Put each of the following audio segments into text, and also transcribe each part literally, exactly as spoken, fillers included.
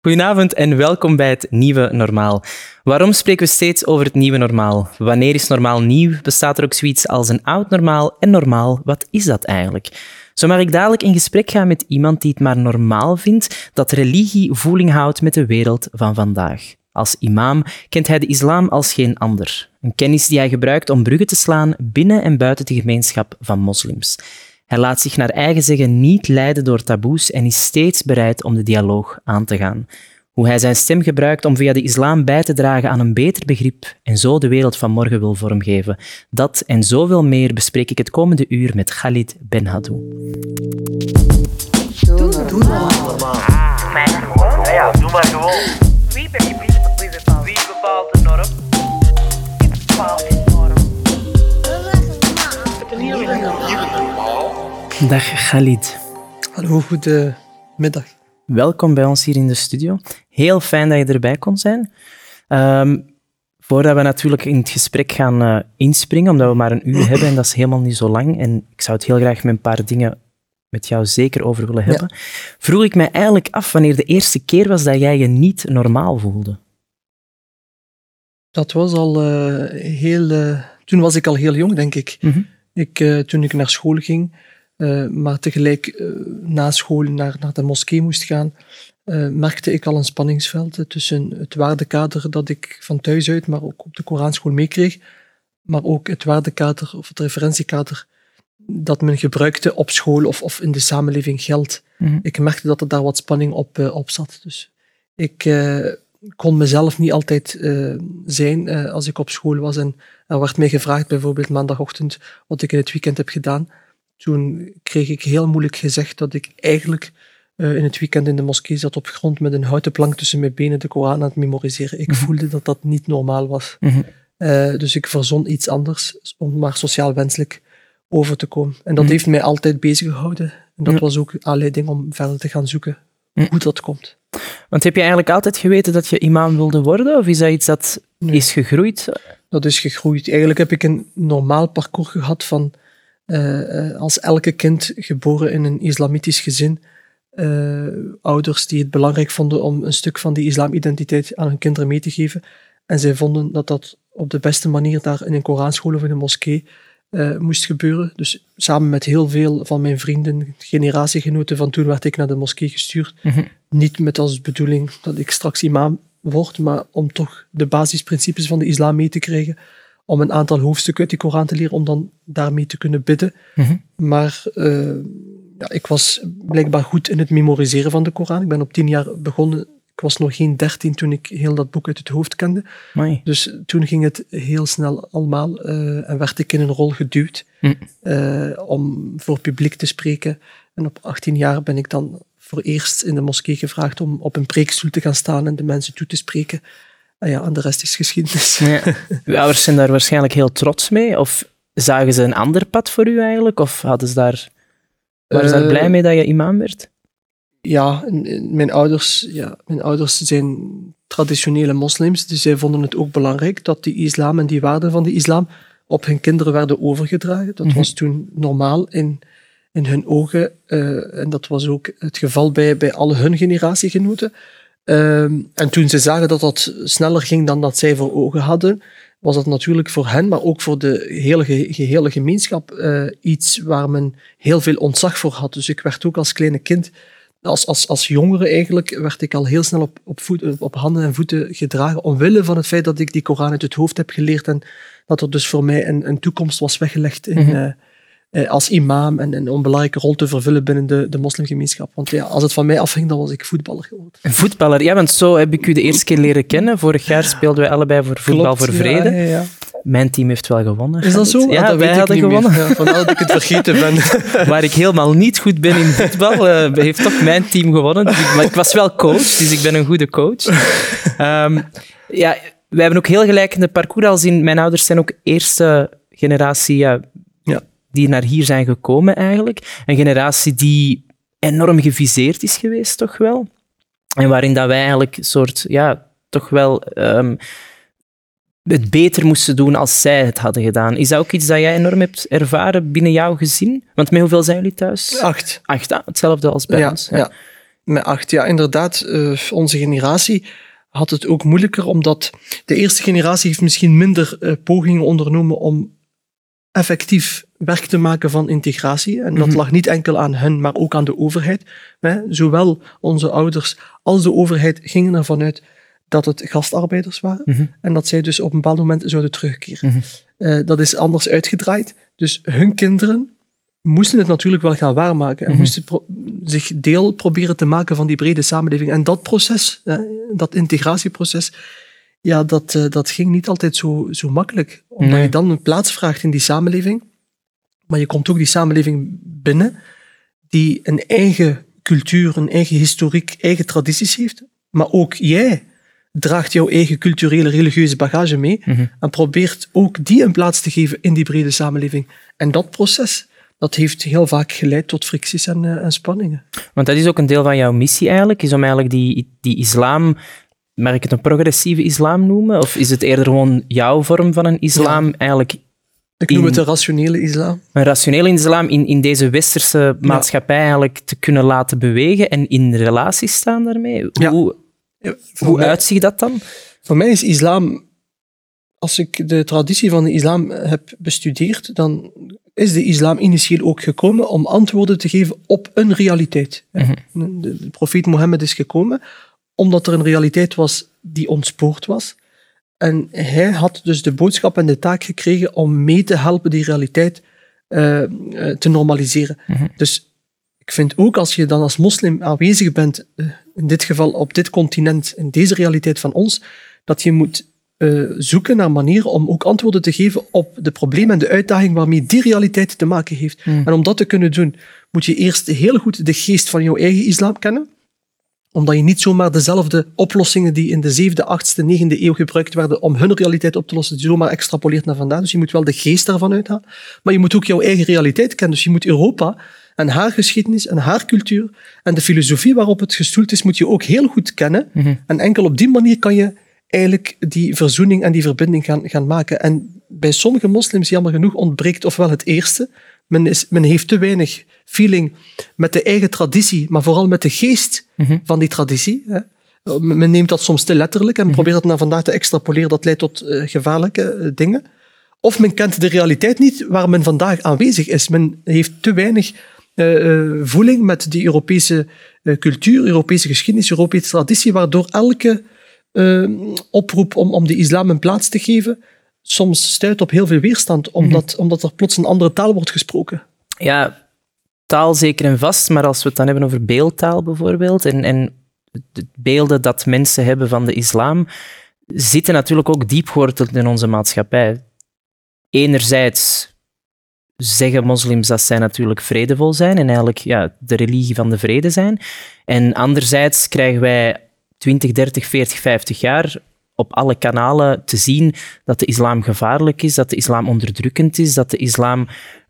Goedenavond en welkom bij het Nieuwe Normaal. Waarom spreken we steeds over het nieuwe normaal? Wanneer is normaal nieuw? Bestaat er ook zoiets als een oud normaal? En normaal, wat is dat eigenlijk? Zo mag ik dadelijk in gesprek gaan met iemand die het maar normaal vindt dat religie voeling houdt met de wereld van vandaag. Als imam kent hij de islam als geen ander. Een kennis die hij gebruikt om bruggen te slaan binnen en buiten de gemeenschap van moslims. Hij laat zich naar eigen zeggen niet leiden door taboes en is steeds bereid om de dialoog aan te gaan. Hoe hij zijn stem gebruikt om via de islam bij te dragen aan een beter begrip en zo de wereld van morgen wil vormgeven. Dat en zoveel meer bespreek ik het komende uur met Khalid Benhaddou. Doe, doe maar normaal. Mij gewoon. Ja, doe maar gewoon. Wie bepaalt? Wie bepaalt? Wie bepaalt de norm? Wie bepaalt de norm? Het nieuwe normaal. Dag Khalid. Hallo, goedemiddag. Welkom bij ons hier in de studio. Heel fijn dat je erbij kon zijn. Um, voordat we natuurlijk in het gesprek gaan uh, inspringen, omdat we maar een uur hebben en dat is helemaal niet zo lang, en ik zou het heel graag met een paar dingen met jou zeker over willen hebben, ja. Vroeg ik mij eigenlijk af wanneer de eerste keer was dat jij je niet normaal voelde. Dat was al uh, heel... Uh, toen was ik al heel jong, denk ik. Mm-hmm. ik uh, toen ik naar school ging, uh, maar tegelijk uh, na school naar, naar de moskee moest gaan, uh, merkte ik al een spanningsveld uh, tussen het waardekader dat ik van thuis uit, maar ook op de Koranschool meekreeg, maar ook het waardekader of het referentiekader dat men gebruikte op school of, of in de samenleving geldt. Mm-hmm. Ik merkte dat er daar wat spanning op, uh, op zat. Dus ik uh, kon mezelf niet altijd uh, zijn uh, als ik op school was. En er werd mij gevraagd, bijvoorbeeld maandagochtend, wat ik in het weekend heb gedaan. Toen kreeg ik heel moeilijk gezegd dat ik eigenlijk uh, in het weekend in de moskee zat op grond met een houten plank tussen mijn benen de Koran aan het memoriseren. Ik Mm-hmm. voelde dat dat niet normaal was. Mm-hmm. Uh, dus ik verzon iets anders, om maar sociaal wenselijk over te komen. En dat Mm. heeft mij altijd bezig gehouden. En dat Mm. was ook aanleiding om verder te gaan zoeken Mm. hoe dat komt. Want heb je eigenlijk altijd geweten dat je imam wilde worden, of is dat iets dat Nee. is gegroeid? Dat is gegroeid. Eigenlijk heb ik een normaal parcours gehad van uh, als elke kind geboren in een islamitisch gezin, uh, ouders die het belangrijk vonden om een stuk van die islamidentiteit aan hun kinderen mee te geven. En zij vonden dat dat op de beste manier daar in een Koranschool of in een moskee Uh, moest gebeuren. Dus samen met heel veel van mijn vrienden, generatiegenoten van toen, werd ik naar de moskee gestuurd. Mm-hmm. Niet met als bedoeling dat ik straks imam word, maar om toch de basisprincipes van de islam mee te krijgen, om een aantal hoofdstukken uit de Koran te leren, om dan daarmee te kunnen bidden. Mm-hmm. Maar uh, ja, ik was blijkbaar goed in het memoriseren van de Koran. Ik ben op tien jaar begonnen. Ik was nog geen dertien toen ik heel dat boek uit het hoofd kende. Amai. Dus toen ging het heel snel allemaal uh, en werd ik in een rol geduwd Mm. uh, om voor publiek te spreken. En op achttien jaar ben ik dan voor eerst in de moskee gevraagd om op een preekstoel te gaan staan en de mensen toe te spreken. En ja, en de rest is geschiedenis. Ja. Uw ouders zijn daar waarschijnlijk heel trots mee, of zagen ze een ander pad voor u eigenlijk, of hadden ze daar, waren ze daar Uh, blij mee dat je imam werd? Ja, en, en mijn, ouders, ja, mijn ouders zijn traditionele moslims, dus zij vonden het ook belangrijk dat die islam en die waarden van de islam op hun kinderen werden overgedragen. Dat Mm-hmm. was toen normaal in, in hun ogen, uh, en dat was ook het geval bij, bij alle hun generatiegenoten. Um, en toen ze zagen dat dat sneller ging dan dat zij voor ogen hadden, was dat natuurlijk voor hen, maar ook voor de hele ge- gehele gemeenschap, uh, iets waar men heel veel ontzag voor had. Dus ik werd ook als kleine kind, Als, als, als jongere eigenlijk, werd ik al heel snel op, op, voet, op handen en voeten gedragen, omwille van het feit dat ik die Koran uit het hoofd heb geleerd en dat er dus voor mij een, een toekomst was weggelegd in, Mm-hmm. uh, uh, als imam en een onbelangrijke rol te vervullen binnen de, de moslimgemeenschap. Want ja, als het van mij afhing, dan was ik voetballer geworden. Een voetballer, ja, want zo heb ik u de eerste keer leren kennen. Vorig jaar speelden wij allebei voor Voetbal Klopt, voor Vrede. Ja, ja, ja. Mijn team heeft wel gewonnen. Is dat zo? Ja, Ah, dat wij weet ik hadden niet gewonnen. meer. Ja, vandaar dat ik het vergeten ben. Waar ik helemaal niet goed ben in voetbal, uh, heeft toch mijn team gewonnen. Dus ik, maar ik was wel coach, dus ik ben een goede coach. Um, ja, wij hebben ook heel gelijkende parcours als in... Mijn ouders zijn ook eerste generatie ja, Ja. die naar hier zijn gekomen eigenlijk. Een generatie die enorm geviseerd is geweest, toch wel. En waarin dat wij eigenlijk een soort... Ja, toch wel... Um, het beter moesten doen als zij het hadden gedaan. Is dat ook iets dat jij enorm hebt ervaren binnen jouw gezin? Want met hoeveel zijn jullie thuis? Acht. Acht, ah, hetzelfde als bij Ja, ons. ja. Met acht, ja, inderdaad. Uh, onze generatie had het ook moeilijker, omdat de eerste generatie heeft misschien minder uh, pogingen ondernomen om effectief werk te maken van integratie. En dat mm-hmm. lag niet enkel aan hen, maar ook aan de overheid. Hè. Zowel onze ouders als de overheid gingen ervan uit dat het gastarbeiders waren. Mm-hmm. En dat zij dus op een bepaald moment zouden terugkeren. Mm-hmm. Uh, dat is anders uitgedraaid. Dus hun kinderen moesten het natuurlijk wel gaan waarmaken. En mm-hmm. moesten pro- zich deel proberen te maken van die brede samenleving. En dat proces, hè, dat integratieproces, ja, dat, uh, dat ging niet altijd zo, zo makkelijk. Omdat nee. je dan een plaats vraagt in die samenleving. Maar je komt ook die samenleving binnen die een eigen cultuur, een eigen historiek, eigen tradities heeft. Maar ook jij draagt jouw eigen culturele, religieuze bagage mee mm-hmm. en probeert ook die een plaats te geven in die brede samenleving. En dat proces, dat heeft heel vaak geleid tot fricties en, uh, en spanningen. Want dat is ook een deel van jouw missie eigenlijk, is om eigenlijk die, die islam, mag ik het een progressieve islam noemen? Of is het eerder gewoon jouw vorm van een islam ja. eigenlijk... Ik noem in, het een rationele islam. Een rationele islam in, in deze westerse maatschappij ja. eigenlijk te kunnen laten bewegen en in relatie staan daarmee? Ja. Hoe, ja, hoe mij, uitziet dat dan? Voor mij is islam... Als ik de traditie van de islam heb bestudeerd, dan is de islam initieel ook gekomen om antwoorden te geven op een realiteit. Mm-hmm. De, de profeet Mohammed is gekomen omdat er een realiteit was die ontspoord was. En hij had dus de boodschap en de taak gekregen om mee te helpen die realiteit uh, uh, te normaliseren. Mm-hmm. Dus ik vind ook, als je dan als moslim aanwezig bent, uh, in dit geval op dit continent, in deze realiteit van ons, dat je moet uh, zoeken naar manieren om ook antwoorden te geven op de problemen en de uitdagingen waarmee die realiteit te maken heeft. Mm. En om dat te kunnen doen, moet je eerst heel goed de geest van jouw eigen islam kennen, omdat je niet zomaar dezelfde oplossingen die in de zevende, achtste, negende eeuw gebruikt werden om hun realiteit op te lossen, zomaar extrapoleert naar vandaag. Dus je moet wel de geest daarvan uithalen. Maar je moet ook jouw eigen realiteit kennen. Dus je moet Europa en haar geschiedenis en haar cultuur en de filosofie waarop het gestoeld is, moet je ook heel goed kennen. Mm-hmm. En enkel op die manier kan je eigenlijk die verzoening en die verbinding gaan, gaan maken. En bij sommige moslims, jammer genoeg, ontbreekt ofwel het eerste. Men, is, men heeft te weinig feeling met de eigen traditie, maar vooral met de geest mm-hmm. van die traditie. Hè. Men neemt dat soms te letterlijk en mm-hmm. probeert dat naar vandaag te extrapoleren. Dat leidt tot uh, gevaarlijke uh, dingen. Of men kent de realiteit niet waar men vandaag aanwezig is. Men heeft te weinig uh, uh, voeling met die Europese uh, cultuur, Europese geschiedenis, Europese traditie, waardoor elke uh, oproep om, om de islam een plaats te geven soms stuit op heel veel weerstand, omdat, mm-hmm. omdat er plots een andere taal wordt gesproken. Ja, taal zeker en vast, maar als we het dan hebben over beeldtaal bijvoorbeeld, en, en de beelden dat mensen hebben van de islam, zitten natuurlijk ook diep geworteld in onze maatschappij. Enerzijds zeggen moslims dat zij natuurlijk vredevol zijn en eigenlijk ja, de religie van de vrede zijn. En anderzijds krijgen wij twintig, dertig, veertig, vijftig jaar op alle kanalen te zien dat de islam gevaarlijk is, dat de islam onderdrukkend is, dat de islam...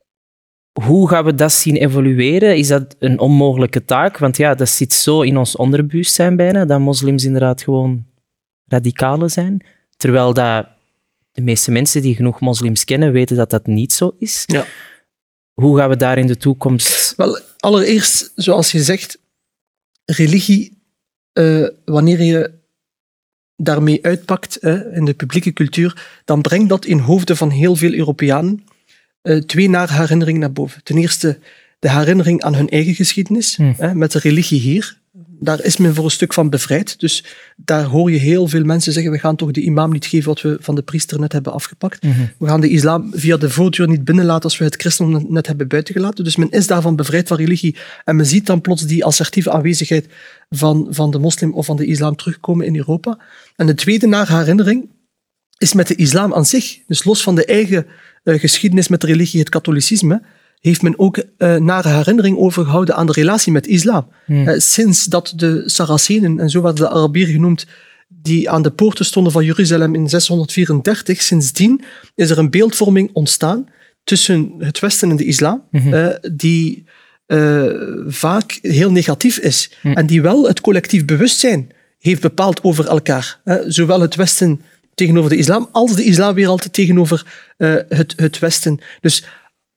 Hoe gaan we dat zien evolueren? Is dat een onmogelijke taak? Want ja, dat zit zo in ons onderbewustzijn bijna, dat moslims inderdaad gewoon radicalen zijn. Terwijl dat de meeste mensen die genoeg moslims kennen, weten dat dat niet zo is. Ja. Hoe gaan we daar in de toekomst... Wel, allereerst, zoals je zegt, religie, uh, wanneer je daarmee uitpakt uh, in de publieke cultuur, dan brengt dat in hoofden van heel veel Europeanen uh, twee nare herinneringen naar boven. Ten eerste de herinnering aan hun eigen geschiedenis, hmm. uh, met de religie hier. Daar is men voor een stuk van bevrijd. Dus daar hoor je heel veel mensen zeggen, we gaan toch de imam niet geven wat we van de priester net hebben afgepakt. Mm-hmm. We gaan de islam via de voordeur niet binnenlaten als we het christendom net hebben buitengelaten. Dus men is daarvan bevrijd van religie. En men ziet dan plots die assertieve aanwezigheid van, van de moslim of van de islam terugkomen in Europa. En de tweede nare herinnering is met de islam aan zich. Dus los van de eigen uh, geschiedenis met de religie, het katholicisme, heeft men ook uh, nare herinnering overgehouden aan de relatie met islam. Hmm. Uh, sinds dat de Saracenen, en zo werden de Arabieren genoemd, die aan de poorten stonden van Jeruzalem in zeshonderdvierendertig, sindsdien is er een beeldvorming ontstaan tussen het Westen en de islam, hmm. uh, die uh, vaak heel negatief is, hmm. en die wel het collectief bewustzijn heeft bepaald over elkaar. Uh, zowel het Westen tegenover de islam, als de islamwereld tegenover uh, het, het Westen. Dus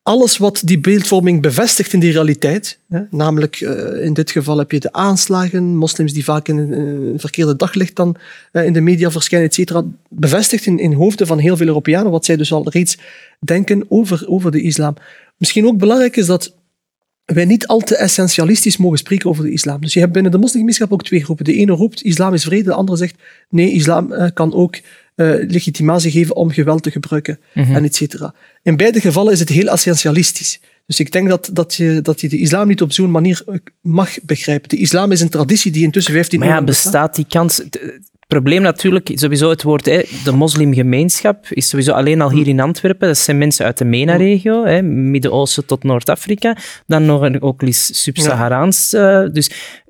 alles wat die beeldvorming bevestigt in die realiteit, hè, namelijk uh, in dit geval heb je de aanslagen, moslims die vaak in een uh, verkeerde daglicht dan uh, in de media verschijnen, et cetera, bevestigt in, in hoofden van heel veel Europeanen wat zij dus al reeds denken over, over de islam. Misschien ook belangrijk is dat wij niet al te essentialistisch mogen spreken over de islam. Dus je hebt binnen de moslimgemeenschap ook twee groepen. De ene roept, islam is vrede, de andere zegt, nee, islam uh, kan ook uh, legitimatie geven om geweld te gebruiken, mm-hmm. en et cetera. In beide gevallen is het heel essentialistisch. Dus ik denk dat, dat, je, dat je de islam niet op zo'n manier mag begrijpen. De islam is een traditie die intussen vijftien maar ja, bestaat die kans... Het probleem natuurlijk, sowieso het woord, hè, de moslimgemeenschap is sowieso alleen al hier in Antwerpen. Dat zijn mensen uit de MENA-regio, hè, Midden-Oosten tot Noord-Afrika. Dan nog een, ook eens Sub-Saharaans, uh, dus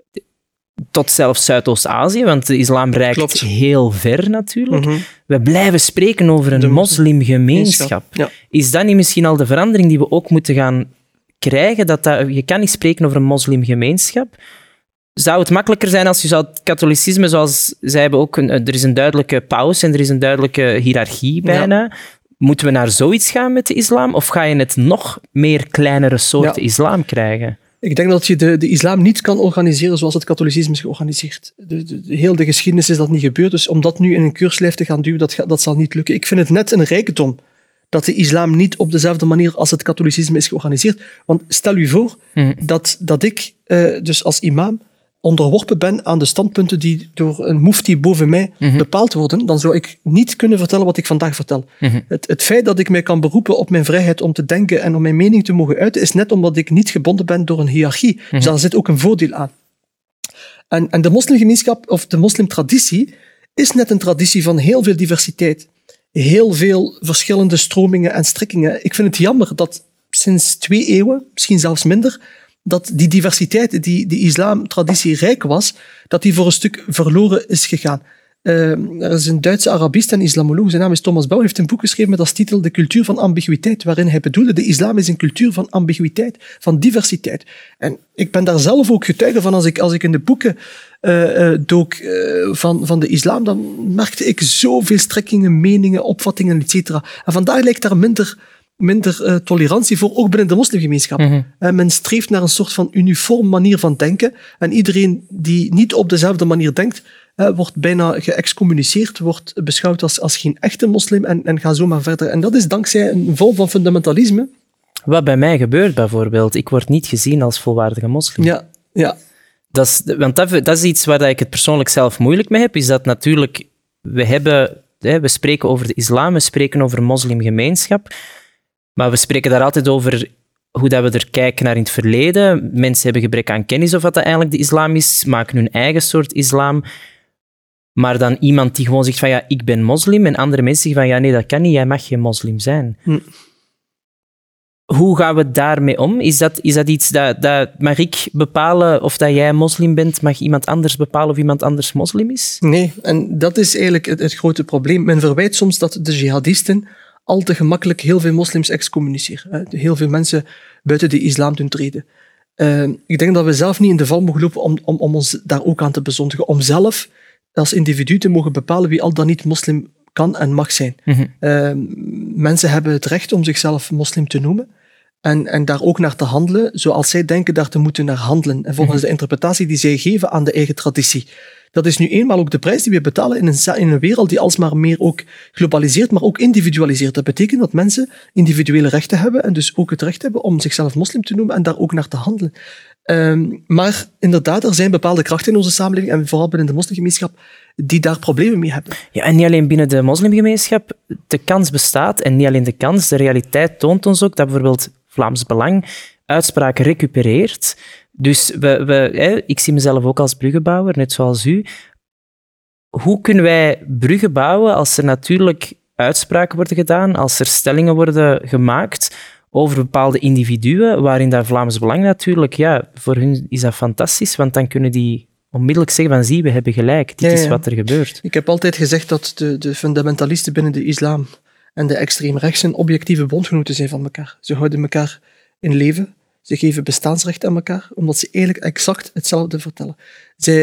tot zelfs Zuidoost-Azië, want de islam reikt Klopt. heel ver natuurlijk. Mm-hmm. We blijven spreken over een de moslimgemeenschap. Ja. Is dat niet misschien al de verandering die we ook moeten gaan krijgen? Dat dat, je kan niet spreken over een moslimgemeenschap. Zou het makkelijker zijn als je zou het katholicisme, zoals zij hebben ook, een, er is een duidelijke paus en er is een duidelijke hiërarchie bijna. Ja. Moeten we naar zoiets gaan met de islam? Of ga je het nog meer kleinere soorten ja. islam krijgen? Ik denk dat je de, de islam niet kan organiseren zoals het katholicisme is georganiseerd. De, de, de, heel de geschiedenis is dat niet gebeurd, dus om dat nu in een keurslijf te gaan duwen, dat, dat zal niet lukken. Ik vind het net een rijkdom dat de islam niet op dezelfde manier als het katholicisme is georganiseerd. Want stel u voor mm. dat, dat ik uh, dus als imam onderworpen ben aan de standpunten die door een mufti boven mij mm-hmm. bepaald worden, dan zou ik niet kunnen vertellen wat ik vandaag vertel. Mm-hmm. Het, het feit dat ik mij kan beroepen op mijn vrijheid om te denken en om mijn mening te mogen uiten, is net omdat ik niet gebonden ben door een hiërarchie. Mm-hmm. Dus daar zit ook een voordeel aan. En, en de moslimgemeenschap, of de moslimtraditie, is net een traditie van heel veel diversiteit. Heel veel verschillende stromingen en strikkingen. Ik vind het jammer dat sinds twee eeuwen, misschien zelfs minder, dat die diversiteit die de islamtraditie rijk was, dat die voor een stuk verloren is gegaan. Uh, er is een Duitse Arabist en islamoloog, zijn naam is Thomas Bauer, heeft een boek geschreven met als titel De cultuur van ambiguïteit, waarin hij bedoelde, de islam is een cultuur van ambiguïteit, van diversiteit. En ik ben daar zelf ook getuige van, als ik, als ik in de boeken uh, uh, dook uh, van, van de islam, dan merkte ik zoveel strekkingen, meningen, opvattingen, et cetera. En vandaag lijkt daar minder... minder uh, tolerantie voor, ook binnen de moslimgemeenschap. Mm-hmm. Uh, men streeft naar een soort van uniform manier van denken en iedereen die niet op dezelfde manier denkt, uh, wordt bijna geëxcommuniceerd, wordt beschouwd als, als geen echte moslim en, en gaat zo maar verder. En dat is dankzij een vorm van fundamentalisme. Wat bij mij gebeurt bijvoorbeeld, ik word niet gezien als volwaardige moslim. Ja, ja. Dat is, want dat, dat is iets waar ik het persoonlijk zelf moeilijk mee heb, is dat natuurlijk, we hebben, hè, we spreken over de islam, we spreken over een moslimgemeenschap, maar we spreken daar altijd over hoe dat we er kijken naar in het verleden. Mensen hebben gebrek aan kennis of wat dat eigenlijk de islam is, maken hun eigen soort islam. Maar dan iemand die gewoon zegt van ja, ik ben moslim, en andere mensen zeggen van ja, nee, dat kan niet, jij mag geen moslim zijn. Hm. Hoe gaan we daarmee om? Is dat, is dat iets dat, dat... Mag ik bepalen of dat jij moslim bent? Mag iemand anders bepalen of iemand anders moslim is? Nee, en dat is eigenlijk het, het grote probleem. Men verwijt soms dat de jihadisten al te gemakkelijk heel veel moslims excommuniceren. Heel veel mensen buiten de islam doen treden. Uh, ik denk dat we zelf niet in de val mogen lopen om, om, om ons daar ook aan te bezondigen. Om zelf als individu te mogen bepalen wie al dan niet moslim kan en mag zijn. Mm-hmm. Uh, mensen hebben het recht om zichzelf moslim te noemen. En, en daar ook naar te handelen, zoals zij denken daar te moeten naar handelen. En volgens mm-hmm. de interpretatie die zij geven aan de eigen traditie. Dat is nu eenmaal ook de prijs die we betalen in een, in een wereld die alsmaar meer ook globaliseert, maar ook individualiseert. Dat betekent dat mensen individuele rechten hebben en dus ook het recht hebben om zichzelf moslim te noemen en daar ook naar te handelen. Um, maar inderdaad, er zijn bepaalde krachten in onze samenleving, en vooral binnen de moslimgemeenschap, die daar problemen mee hebben. Ja, en niet alleen binnen de moslimgemeenschap. De kans bestaat, en niet alleen de kans, de realiteit toont ons ook dat bijvoorbeeld Vlaams Belang uitspraken recupereert. Dus we, we, hè, ik zie mezelf ook als bruggenbouwer, net zoals u. Hoe kunnen wij bruggen bouwen als er natuurlijk uitspraken worden gedaan, als er stellingen worden gemaakt over bepaalde individuen, waarin dat Vlaams Belang natuurlijk, ja, voor hun is dat fantastisch, want dan kunnen die onmiddellijk zeggen van zie, we hebben gelijk, dit ja, ja. is wat er gebeurt. Ik heb altijd gezegd dat de, de fundamentalisten binnen de islam en de extreemrechtsen objectieve bondgenoten zijn van elkaar. Ze houden elkaar in leven. Ze geven bestaansrecht aan elkaar, omdat ze eigenlijk exact hetzelfde vertellen. Zij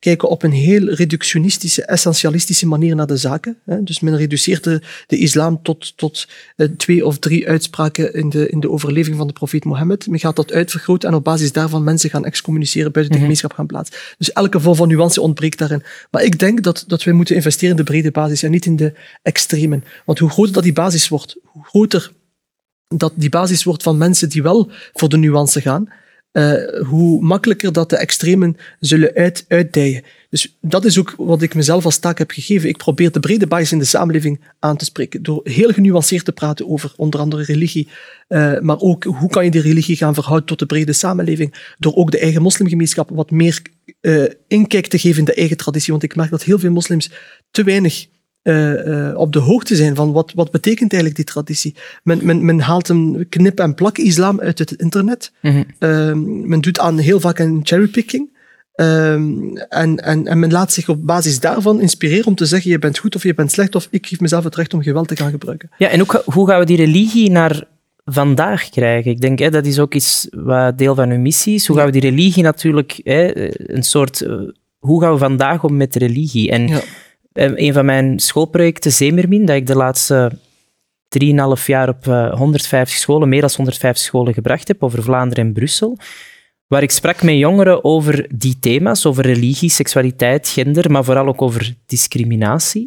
kijken op een heel reductionistische, essentialistische manier naar de zaken. Hè. Dus men reduceert de, de islam tot, tot uh, twee of drie uitspraken in de, in de overleving van de profeet Mohammed. Men gaat dat uitvergroten en op basis daarvan mensen gaan excommuniceren, buiten de Mm-hmm. gemeenschap gaan plaatsen. Dus elke vorm van nuance ontbreekt daarin. Maar ik denk dat, dat wij moeten investeren in de brede basis en niet in de extremen. Want hoe groter dat die basis wordt, hoe groter dat die basis wordt van mensen die wel voor de nuance gaan, uh, hoe makkelijker dat de extremen zullen uit, uitdijen. Dus dat is ook wat ik mezelf als taak heb gegeven. Ik probeer de brede basis in de samenleving aan te spreken, door heel genuanceerd te praten over onder andere religie, uh, maar ook hoe kan je die religie gaan verhouden tot de brede samenleving, door ook de eigen moslimgemeenschap wat meer uh, inkijk te geven in de eigen traditie. Want ik merk dat heel veel moslims te weinig Uh, uh, op de hoogte zijn van wat, wat betekent eigenlijk die traditie. Men, men, men haalt een knip- en plak-islam uit het internet. Mm-hmm. Uh, men doet aan heel vaak een cherrypicking. Uh, en, en, en men laat zich op basis daarvan inspireren om te zeggen je bent goed of je bent slecht of ik geef mezelf het recht om geweld te gaan gebruiken. Ja, en ook, hoe gaan we die religie naar vandaag krijgen? Ik denk, hè, dat is ook iets wat deel van uw missie is. Hoe gaan we die religie natuurlijk... Hè, een soort... Uh, hoe gaan we vandaag om met religie? En... Ja. Een van mijn schoolprojecten, Zemermin, dat ik de laatste drieënhalf jaar op uh, honderdvijftig scholen, meer dan honderdvijftig scholen gebracht heb, over Vlaanderen en Brussel, waar ik sprak met jongeren over die thema's, over religie, seksualiteit, gender, maar vooral ook over discriminatie.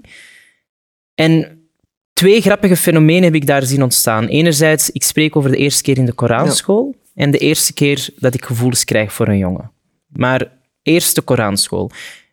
En twee grappige fenomenen heb ik daar zien ontstaan. Enerzijds, ik spreek over de eerste keer in de Koranschool en de eerste keer dat ik gevoelens krijg voor een jongen. Maar eerst de Koranschool.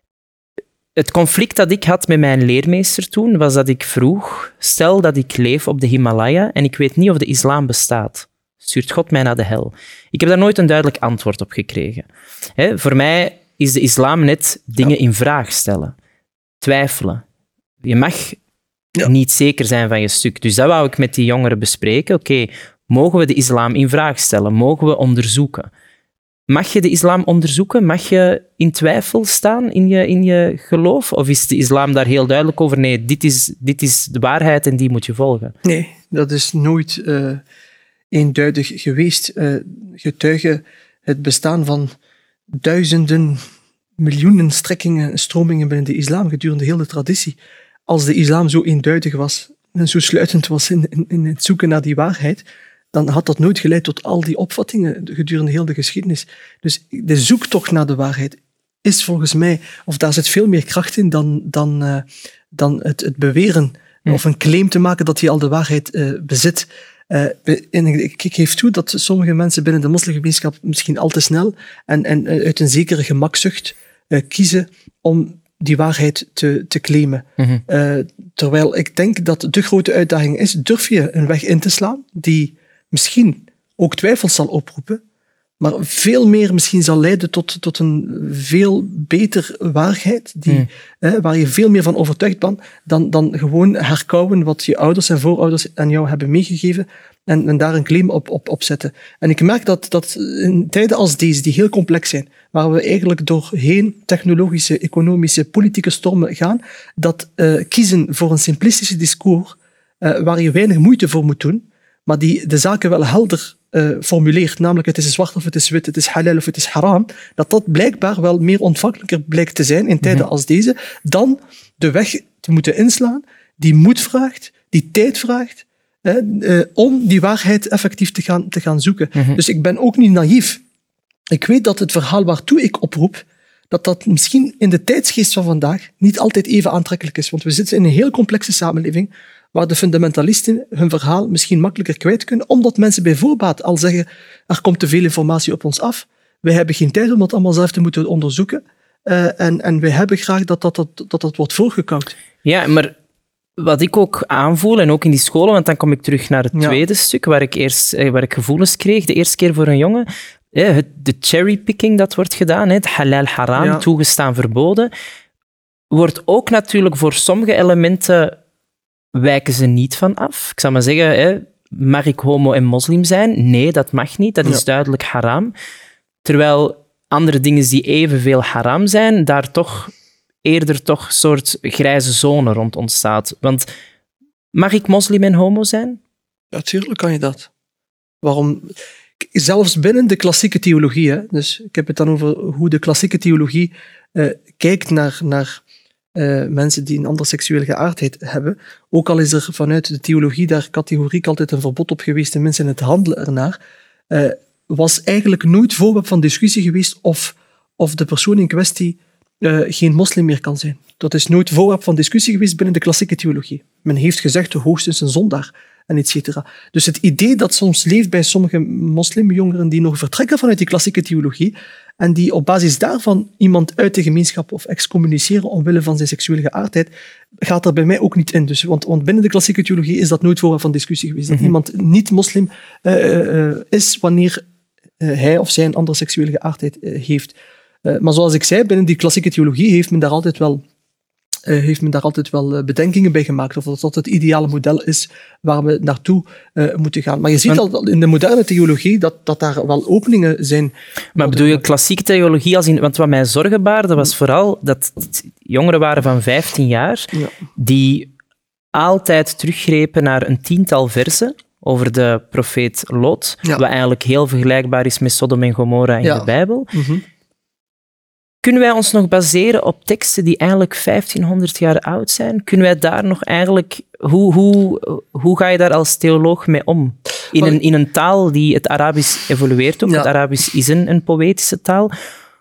Het conflict dat ik had met mijn leermeester toen, was dat ik vroeg, stel dat ik leef op de Himalaya en ik weet niet of de islam bestaat. Stuurt God mij naar de hel? Ik heb daar nooit een duidelijk antwoord op gekregen. He, voor mij is de islam net dingen in vraag stellen. Twijfelen. Je mag ja. niet zeker zijn van je stuk. Dus dat wou ik met die jongeren bespreken. Oké, okay, mogen we de islam in vraag stellen? Mogen we onderzoeken? Mag je de islam onderzoeken? Mag je in twijfel staan in je, in je geloof? Of is de islam daar heel duidelijk over? Nee, dit is, dit is de waarheid en die moet je volgen. Nee, dat is nooit uh, eenduidig geweest. Uh, getuigen het bestaan van duizenden, miljoenen strekkingen en stromingen binnen de islam gedurende heel de traditie. Als de islam zo eenduidig was en zo sluitend was in, in, in het zoeken naar die waarheid, dan had dat nooit geleid tot al die opvattingen gedurende heel de geschiedenis. Dus de zoektocht naar de waarheid is volgens mij, of daar zit veel meer kracht in dan, dan, uh, dan het, het beweren mm. of een claim te maken dat je al de waarheid uh, bezit. Uh, en ik, ik geef toe dat sommige mensen binnen de moslimgemeenschap misschien al te snel en, en uh, uit een zekere gemakzucht uh, kiezen om die waarheid te, te claimen. Mm-hmm. Uh, terwijl ik denk dat de grote uitdaging is, durf je een weg in te slaan die misschien ook twijfels zal oproepen, maar veel meer misschien zal leiden tot, tot een veel beter waarheid, die, mm. eh, waar je veel meer van overtuigd bent, dan, dan gewoon herkauwen wat je ouders en voorouders aan jou hebben meegegeven en, en daar een claim op, op, op zetten. En ik merk dat, dat in tijden als deze, die heel complex zijn, waar we eigenlijk doorheen technologische, economische, politieke stormen gaan, dat uh, kiezen voor een simplistische discours, uh, waar je weinig moeite voor moet doen, maar die de zaken wel helder uh, formuleert, namelijk het is zwart of het is wit, het is halal of het is haram, dat dat blijkbaar wel meer ontvankelijker blijkt te zijn in tijden mm-hmm. als deze, dan de weg te moeten inslaan, die moed vraagt, die tijd vraagt, uh, uh, om die waarheid effectief te gaan, te gaan zoeken. Mm-hmm. Dus ik ben ook niet naïef. Ik weet dat het verhaal waartoe ik oproep, dat dat misschien in de tijdsgeest van vandaag niet altijd even aantrekkelijk is, want we zitten in een heel complexe samenleving, waar de fundamentalisten hun verhaal misschien makkelijker kwijt kunnen, omdat mensen bij voorbaat al zeggen, er komt te veel informatie op ons af, wij hebben geen tijd om dat allemaal zelf te moeten onderzoeken, uh, en, en wij hebben graag dat dat, dat, dat dat wordt voorgekauwd. Ja, maar wat ik ook aanvoel, en ook in die scholen, want dan kom ik terug naar het ja. tweede stuk, waar ik, eerst, waar ik gevoelens kreeg, de eerste keer voor een jongen, het, de cherrypicking dat wordt gedaan, het halal, haram, ja. toegestaan, verboden, wordt ook natuurlijk voor sommige elementen wijken ze niet van af. Ik zou maar zeggen, hè, mag ik homo en moslim zijn? Nee, dat mag niet. Dat is ja. duidelijk haram. Terwijl andere dingen die evenveel haram zijn, daar toch eerder toch een soort grijze zone rond ontstaat. Want mag ik moslim en homo zijn? Natuurlijk kan je dat. Waarom? zelfs binnen de klassieke theologie, hè, dus ik heb het dan over hoe de klassieke theologie uh, kijkt naar, naar uh, mensen die een andere seksuele geaardheid hebben, ook al is er vanuit de theologie daar categoriek altijd een verbod op geweest en mensen in het handelen ernaar, uh, was eigenlijk nooit voorwerp van discussie geweest of, of de persoon in kwestie uh, geen moslim meer kan zijn. Dat is nooit voorwerp van discussie geweest binnen de klassieke theologie. Men heeft gezegd, hoogstens een zondaar, en et cetera. Dus het idee dat soms leeft bij sommige moslimjongeren die nog vertrekken vanuit die klassieke theologie en die op basis daarvan iemand uit de gemeenschap of excommuniceren omwille van zijn seksuele geaardheid, gaat er bij mij ook niet in. Dus, want, want binnen de klassieke theologie is dat nooit voorwerp van discussie geweest. Dat mm-hmm. iemand niet moslim uh, uh, is wanneer uh, hij of zij een andere seksuele geaardheid uh, heeft. Uh, maar zoals ik zei, binnen die klassieke theologie heeft men daar altijd wel Uh, heeft men daar altijd wel bedenkingen bij gemaakt, of dat dat het ideale model is waar we naartoe uh, moeten gaan. Maar je ziet al in de moderne theologie dat, dat daar wel openingen zijn. Maar bedoel je klassieke theologie als in... Want wat mij zorgen baarde was vooral dat het jongeren waren van vijftien jaar ja. die altijd teruggrepen naar een tiental versen over de profeet Lot, ja. wat eigenlijk heel vergelijkbaar is met Sodom en Gomorra in ja. de Bijbel. Mm-hmm. Kunnen wij ons nog baseren op teksten die eigenlijk vijftienhonderd jaar oud zijn? Kunnen wij daar nog eigenlijk... Hoe, hoe, hoe ga je daar als theoloog mee om? In een, in een taal die... Het Arabisch evolueert ook. Ja. Het Arabisch is een, een poëtische taal.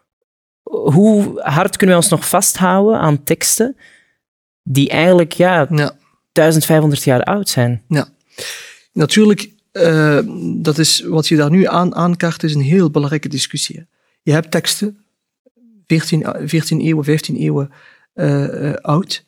Hoe hard kunnen wij ons nog vasthouden aan teksten die eigenlijk ja, ja. vijftienhonderd jaar oud zijn? Ja, natuurlijk... Uh, dat is, wat je daar nu aan aankaart, is een heel belangrijke discussie. Hè. Je hebt teksten... veertien eeuwen, vijftien eeuwen uh, uh, oud.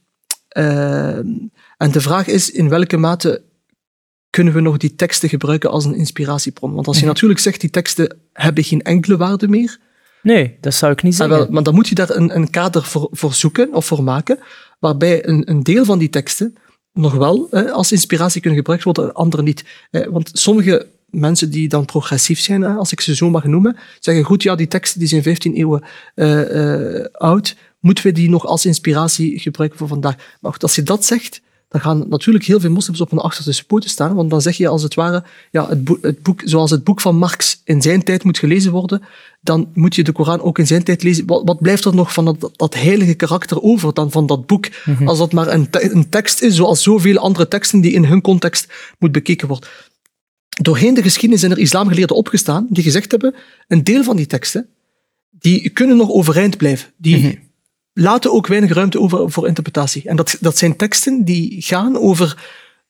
Uh, en de vraag is, in welke mate kunnen we nog die teksten gebruiken als een inspiratiebron? Want als je mm-hmm. natuurlijk zegt, die teksten hebben geen enkele waarde meer. Nee, dat zou ik niet zeggen. Wel, maar dan moet je daar een, een kader voor, voor zoeken of voor maken, waarbij een, een deel van die teksten nog wel uh, als inspiratie kunnen gebruikt worden, andere niet. Uh, want sommige mensen die dan progressief zijn, als ik ze zo mag noemen, zeggen, goed, ja, die teksten die zijn vijftien eeuwen uh, uh, oud, moeten we die nog als inspiratie gebruiken voor vandaag? Maar als je dat zegt, dan gaan natuurlijk heel veel moslims op hun achterste poten staan, want dan zeg je als het ware, ja, het boek, het boek, zoals het boek van Marx in zijn tijd moet gelezen worden, dan moet je de Koran ook in zijn tijd lezen. Wat, wat blijft er nog van dat, dat heilige karakter over dan van dat boek, mm-hmm. als dat maar een, te, een tekst is, zoals zoveel andere teksten die in hun context moet bekeken worden. Doorheen de geschiedenis zijn er islamgeleerden opgestaan die gezegd hebben, een deel van die teksten, die kunnen nog overeind blijven. Die mm-hmm. laten ook weinig ruimte over voor interpretatie. En dat, dat zijn teksten die gaan over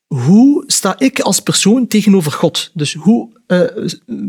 hoe sta ik als persoon tegenover God. Dus hoe uh,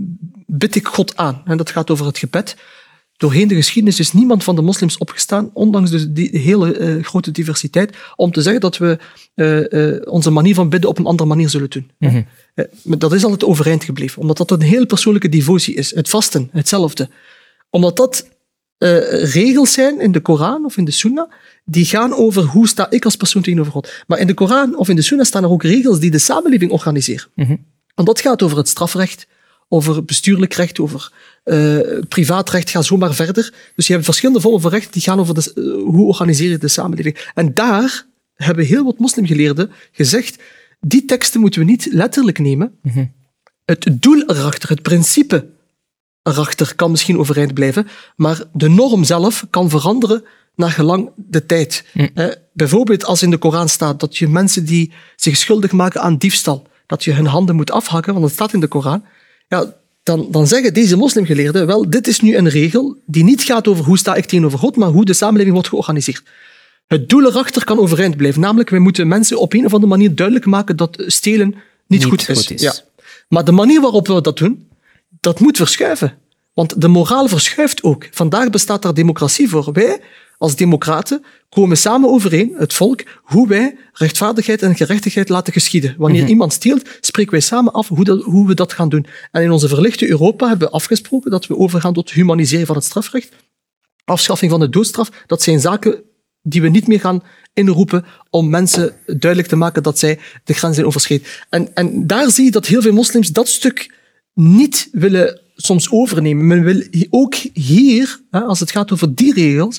bid ik God aan? En dat gaat over het gebed. Doorheen de geschiedenis is niemand van de moslims opgestaan, ondanks dus die hele uh, grote diversiteit, om te zeggen dat we uh, uh, onze manier van bidden op een andere manier zullen doen. Mm-hmm. Uh, dat is altijd overeind gebleven, omdat dat een heel persoonlijke devotie is. Het vasten, hetzelfde. Omdat dat uh, regels zijn in de Koran of in de Sunna, die gaan over hoe sta ik als persoon tegenover God. Maar in de Koran of in de Sunna staan er ook regels die de samenleving organiseren. Mm-hmm. En dat gaat over het strafrecht, over bestuurlijk recht, over uh, privaatrecht, ga zo maar verder. Dus je hebt verschillende vormen van recht die gaan over de, uh, hoe organiseer je de samenleving. En daar hebben heel wat moslimgeleerden gezegd, die teksten moeten we niet letterlijk nemen. Mm-hmm. Het doel erachter, het principe erachter kan misschien overeind blijven, maar de norm zelf kan veranderen naar gelang de tijd. Mm. Uh, bijvoorbeeld als in de Koran staat dat je mensen die zich schuldig maken aan diefstal, dat je hun handen moet afhakken, want dat staat in de Koran. Ja, dan, dan zeggen deze moslimgeleerden, wel, dit is nu een regel die niet gaat over hoe sta ik tegenover God, maar hoe de samenleving wordt georganiseerd. Het doel erachter kan overeind blijven, namelijk wij moeten mensen op een of andere manier duidelijk maken dat stelen niet, niet goed is. Goed is. Ja. Maar de manier waarop we dat doen, dat moet verschuiven. Want de moraal verschuift ook. Vandaag bestaat daar democratie voor. Wij, als democraten, komen samen overeen, het volk, hoe wij rechtvaardigheid en gerechtigheid laten geschieden. Wanneer mm-hmm. iemand steelt, spreken wij samen af hoe, dat, hoe we dat gaan doen. En in onze verlichte Europa hebben we afgesproken dat we overgaan tot humaniseren van het strafrecht, afschaffing van de doodstraf. Dat zijn zaken die we niet meer gaan inroepen om mensen duidelijk te maken dat zij de grens zijn overschreden. En, en daar zie je dat heel veel moslims dat stuk niet willen soms overnemen. Men wil ook hier, als het gaat over die regels,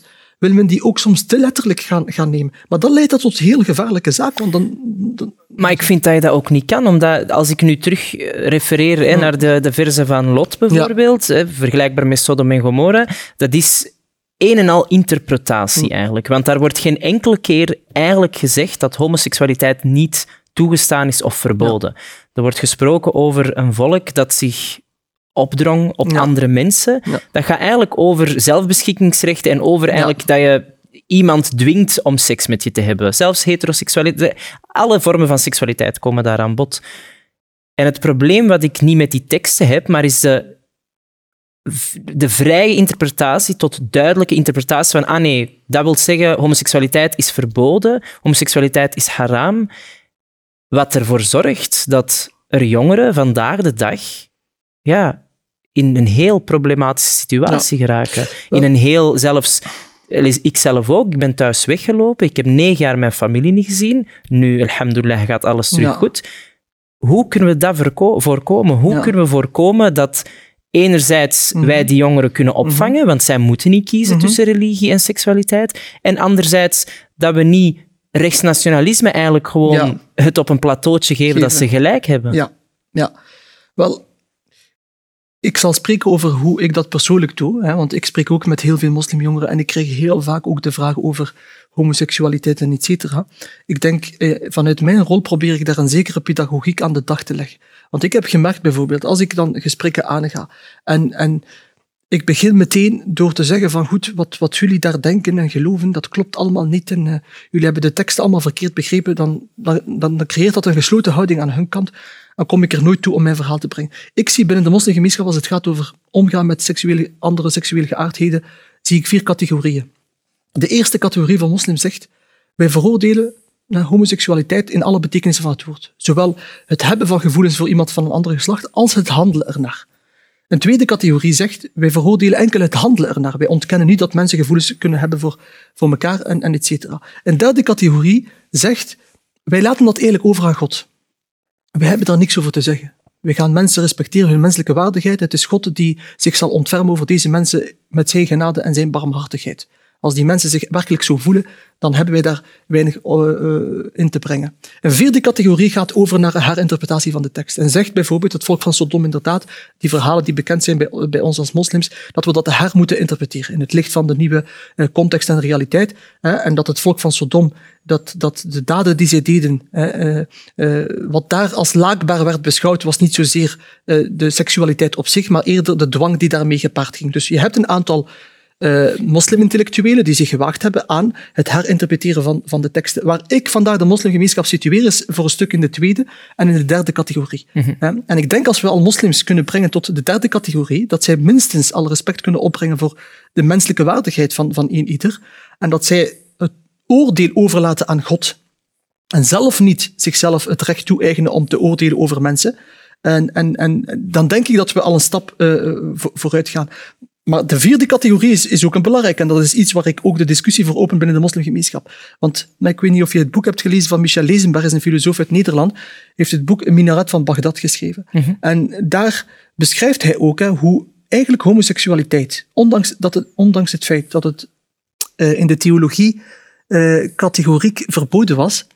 wil men die ook soms te letterlijk gaan, gaan nemen. Maar dat leidt dat tot heel gevaarlijke zaken. Want dan, dan... Maar ik vind dat je dat ook niet kan, omdat als ik nu terug refereer hè, Ja. naar de, de verse van Lot bijvoorbeeld, hè, vergelijkbaar met Sodom en Gomorra, dat is een en al interpretatie eigenlijk. Want daar wordt geen enkele keer eigenlijk gezegd dat homoseksualiteit niet toegestaan is of verboden. Er wordt gesproken over een volk dat zich opdrong op Ja. andere mensen. Ja. Dat gaat eigenlijk over zelfbeschikkingsrechten en over eigenlijk dat je iemand dwingt om seks met je te hebben. Zelfs heteroseksualiteit. Alle vormen van seksualiteit komen daar aan bod. En het probleem wat ik niet met die teksten heb, maar is de, de vrije interpretatie tot duidelijke interpretatie van ah nee, dat wil zeggen homoseksualiteit is verboden, homoseksualiteit is haram, wat ervoor zorgt dat er jongeren vandaag de dag ja, in een heel problematische situatie geraken. In een heel, zelfs... Ik zelf ook, ik ben thuis weggelopen, ik heb negen jaar mijn familie niet gezien. Nu, alhamdulillah, gaat alles terug Ja. goed. Hoe kunnen we dat verko- voorkomen? Hoe Ja. kunnen we voorkomen dat enerzijds Mhm. wij die jongeren kunnen opvangen, want zij moeten niet kiezen Mhm. tussen religie en seksualiteit, en anderzijds dat we niet rechtsnationalisme eigenlijk gewoon Ja. het op een plateautje geven, dat ze Geven. gelijk hebben. Ja, ja. Wel, ik zal spreken over hoe ik dat persoonlijk doe, hè, want ik spreek ook met heel veel moslimjongeren en ik krijg heel vaak ook de vraag over homoseksualiteit en et cetera. Ik denk, eh, vanuit mijn rol probeer ik daar een zekere pedagogiek aan de dag te leggen. Want ik heb gemerkt bijvoorbeeld, als ik dan gesprekken aanga en, en ik begin meteen door te zeggen van goed, wat, wat jullie daar denken en geloven, dat klopt allemaal niet en uh, jullie hebben de teksten allemaal verkeerd begrepen, dan, dan, dan, dan creëert dat een gesloten houding aan hun kant. Dan kom ik er nooit toe om mijn verhaal te brengen. Ik zie binnen de moslimgemeenschap, als het gaat over omgaan met seksuele, andere seksuele geaardheden, zie ik vier categorieën. De eerste categorie van moslims zegt, wij veroordelen uh, homoseksualiteit in alle betekenissen van het woord. Zowel het hebben van gevoelens voor iemand van een ander geslacht, als het handelen ernaar. Een tweede categorie zegt, wij veroordelen enkel het handelen ernaar. Wij ontkennen niet dat mensen gevoelens kunnen hebben voor, voor elkaar en, en et cetera. Een derde categorie zegt, wij laten dat eigenlijk over aan God. Wij hebben daar niks over te zeggen. We gaan mensen respecteren hun menselijke waardigheid. Het is God die zich zal ontfermen over deze mensen met zijn genade en zijn barmhartigheid. Als die mensen zich werkelijk zo voelen, dan hebben wij daar weinig uh, uh, in te brengen. Een vierde categorie gaat over naar een herinterpretatie van de tekst. En zegt bijvoorbeeld het volk van Sodom inderdaad, die verhalen die bekend zijn bij, bij ons als moslims, dat we dat her moeten interpreteren in het licht van de nieuwe uh, context en realiteit. Hè, en dat het volk van Sodom, dat, dat de daden die zij deden, uh, uh, wat daar als laakbaar werd beschouwd, was niet zozeer uh, de seksualiteit op zich, maar eerder de dwang die daarmee gepaard ging. Dus je hebt een aantal Uh, moslimintellectuelen die zich gewaagd hebben aan het herinterpreteren van, van de teksten. Waar ik vandaag de moslimgemeenschap situeer is voor een stuk in de tweede en in de derde categorie. Mm-hmm. Uh, en ik denk als we al moslims kunnen brengen tot de derde categorie, dat zij minstens al respect kunnen opbrengen voor de menselijke waardigheid van, van een ieder en dat zij het oordeel overlaten aan God en zelf niet zichzelf het recht toe-eigenen om te oordelen over mensen. En, en, en dan denk ik dat we al een stap uh, vooruit gaan. Maar de vierde categorie is, is ook een belangrijke. En dat is iets waar ik ook de discussie voor open binnen de moslimgemeenschap. Want nou, ik weet niet of je het boek hebt gelezen van Michel Lezenberg, is een filosoof uit Nederland. Hij heeft het boek Een minaret van Bagdad geschreven. Mm-hmm. En daar beschrijft hij ook hè, hoe eigenlijk homoseksualiteit, ondanks, dat het, ondanks het feit dat het uh, in de theologie uh, categoriek verboden was,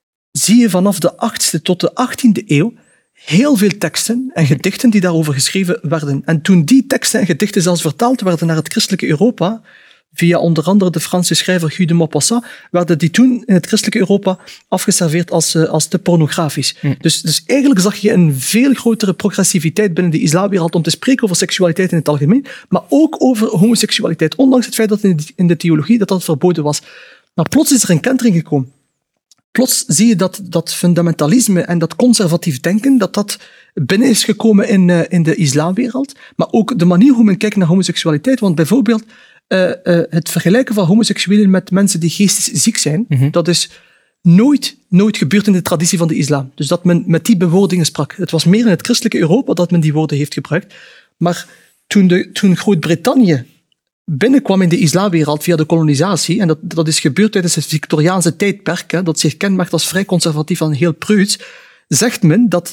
zie je vanaf de achtste tot de achttiende eeuw heel veel teksten en gedichten die daarover geschreven werden. En toen die teksten en gedichten zelfs vertaald werden naar het christelijke Europa, via onder andere de Franse schrijver Guy de Maupassant, werden die toen in het christelijke Europa afgeserveerd als, uh, als te pornografisch. Mm. Dus, dus eigenlijk zag je een veel grotere progressiviteit binnen de islamwereld om te spreken over seksualiteit in het algemeen, maar ook over homoseksualiteit, ondanks het feit dat in de, in de theologie dat dat verboden was. Maar plots is er een kentering gekomen. Plots zie je dat, dat fundamentalisme en dat conservatief denken, dat dat binnen is gekomen in, uh, in de islamwereld. Maar ook de manier hoe men kijkt naar homoseksualiteit. Want bijvoorbeeld uh, uh, het vergelijken van homoseksuelen met mensen die geestelijk ziek zijn, mm-hmm. dat is nooit, nooit gebeurd in de traditie van de islam. Dus dat men met die bewoordingen sprak. Het was meer in het christelijke Europa dat men die woorden heeft gebruikt. Maar toen, de, toen Groot-Brittannië binnenkwam in de islamwereld via de kolonisatie, en dat, dat is gebeurd tijdens het Victoriaanse tijdperk, hè, dat zich kenmerkt als vrij conservatief en heel preuts, zegt men dat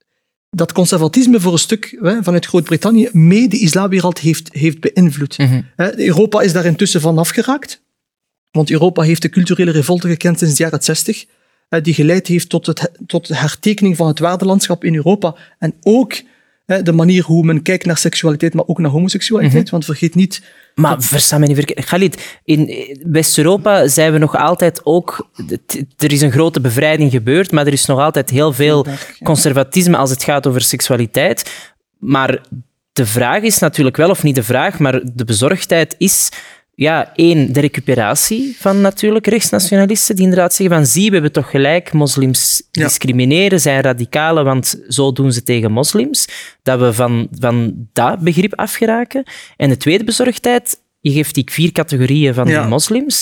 dat conservatisme voor een stuk hè, vanuit Groot-Brittannië mee de islamwereld heeft, heeft beïnvloed. Mm-hmm. Europa is daar intussen van afgeraakt. Want Europa heeft de culturele revolte gekend sinds de jaren zestig, eh, die geleid heeft tot, het, tot de hertekening van het waardelandschap in Europa. En ook eh, de manier hoe men kijkt naar seksualiteit, maar ook naar homoseksualiteit. Mm-hmm. Want vergeet niet... Maar dat... versta me niet verkeerd. Khalid, in West-Europa zijn we nog altijd ook... Er is een grote bevrijding gebeurd, maar er is nog altijd heel veel conservatisme als het gaat over seksualiteit. Maar de vraag is natuurlijk wel, of niet de vraag, maar de bezorgdheid is... Ja, één, de recuperatie van natuurlijk rechtsnationalisten die inderdaad zeggen van zie, we hebben toch gelijk, moslims ja. discrimineren, zijn radicalen, want zo doen ze tegen moslims. Dat we van, van dat begrip afgeraken. En de tweede bezorgdheid, je geeft die vier categorieën van ja. de moslims.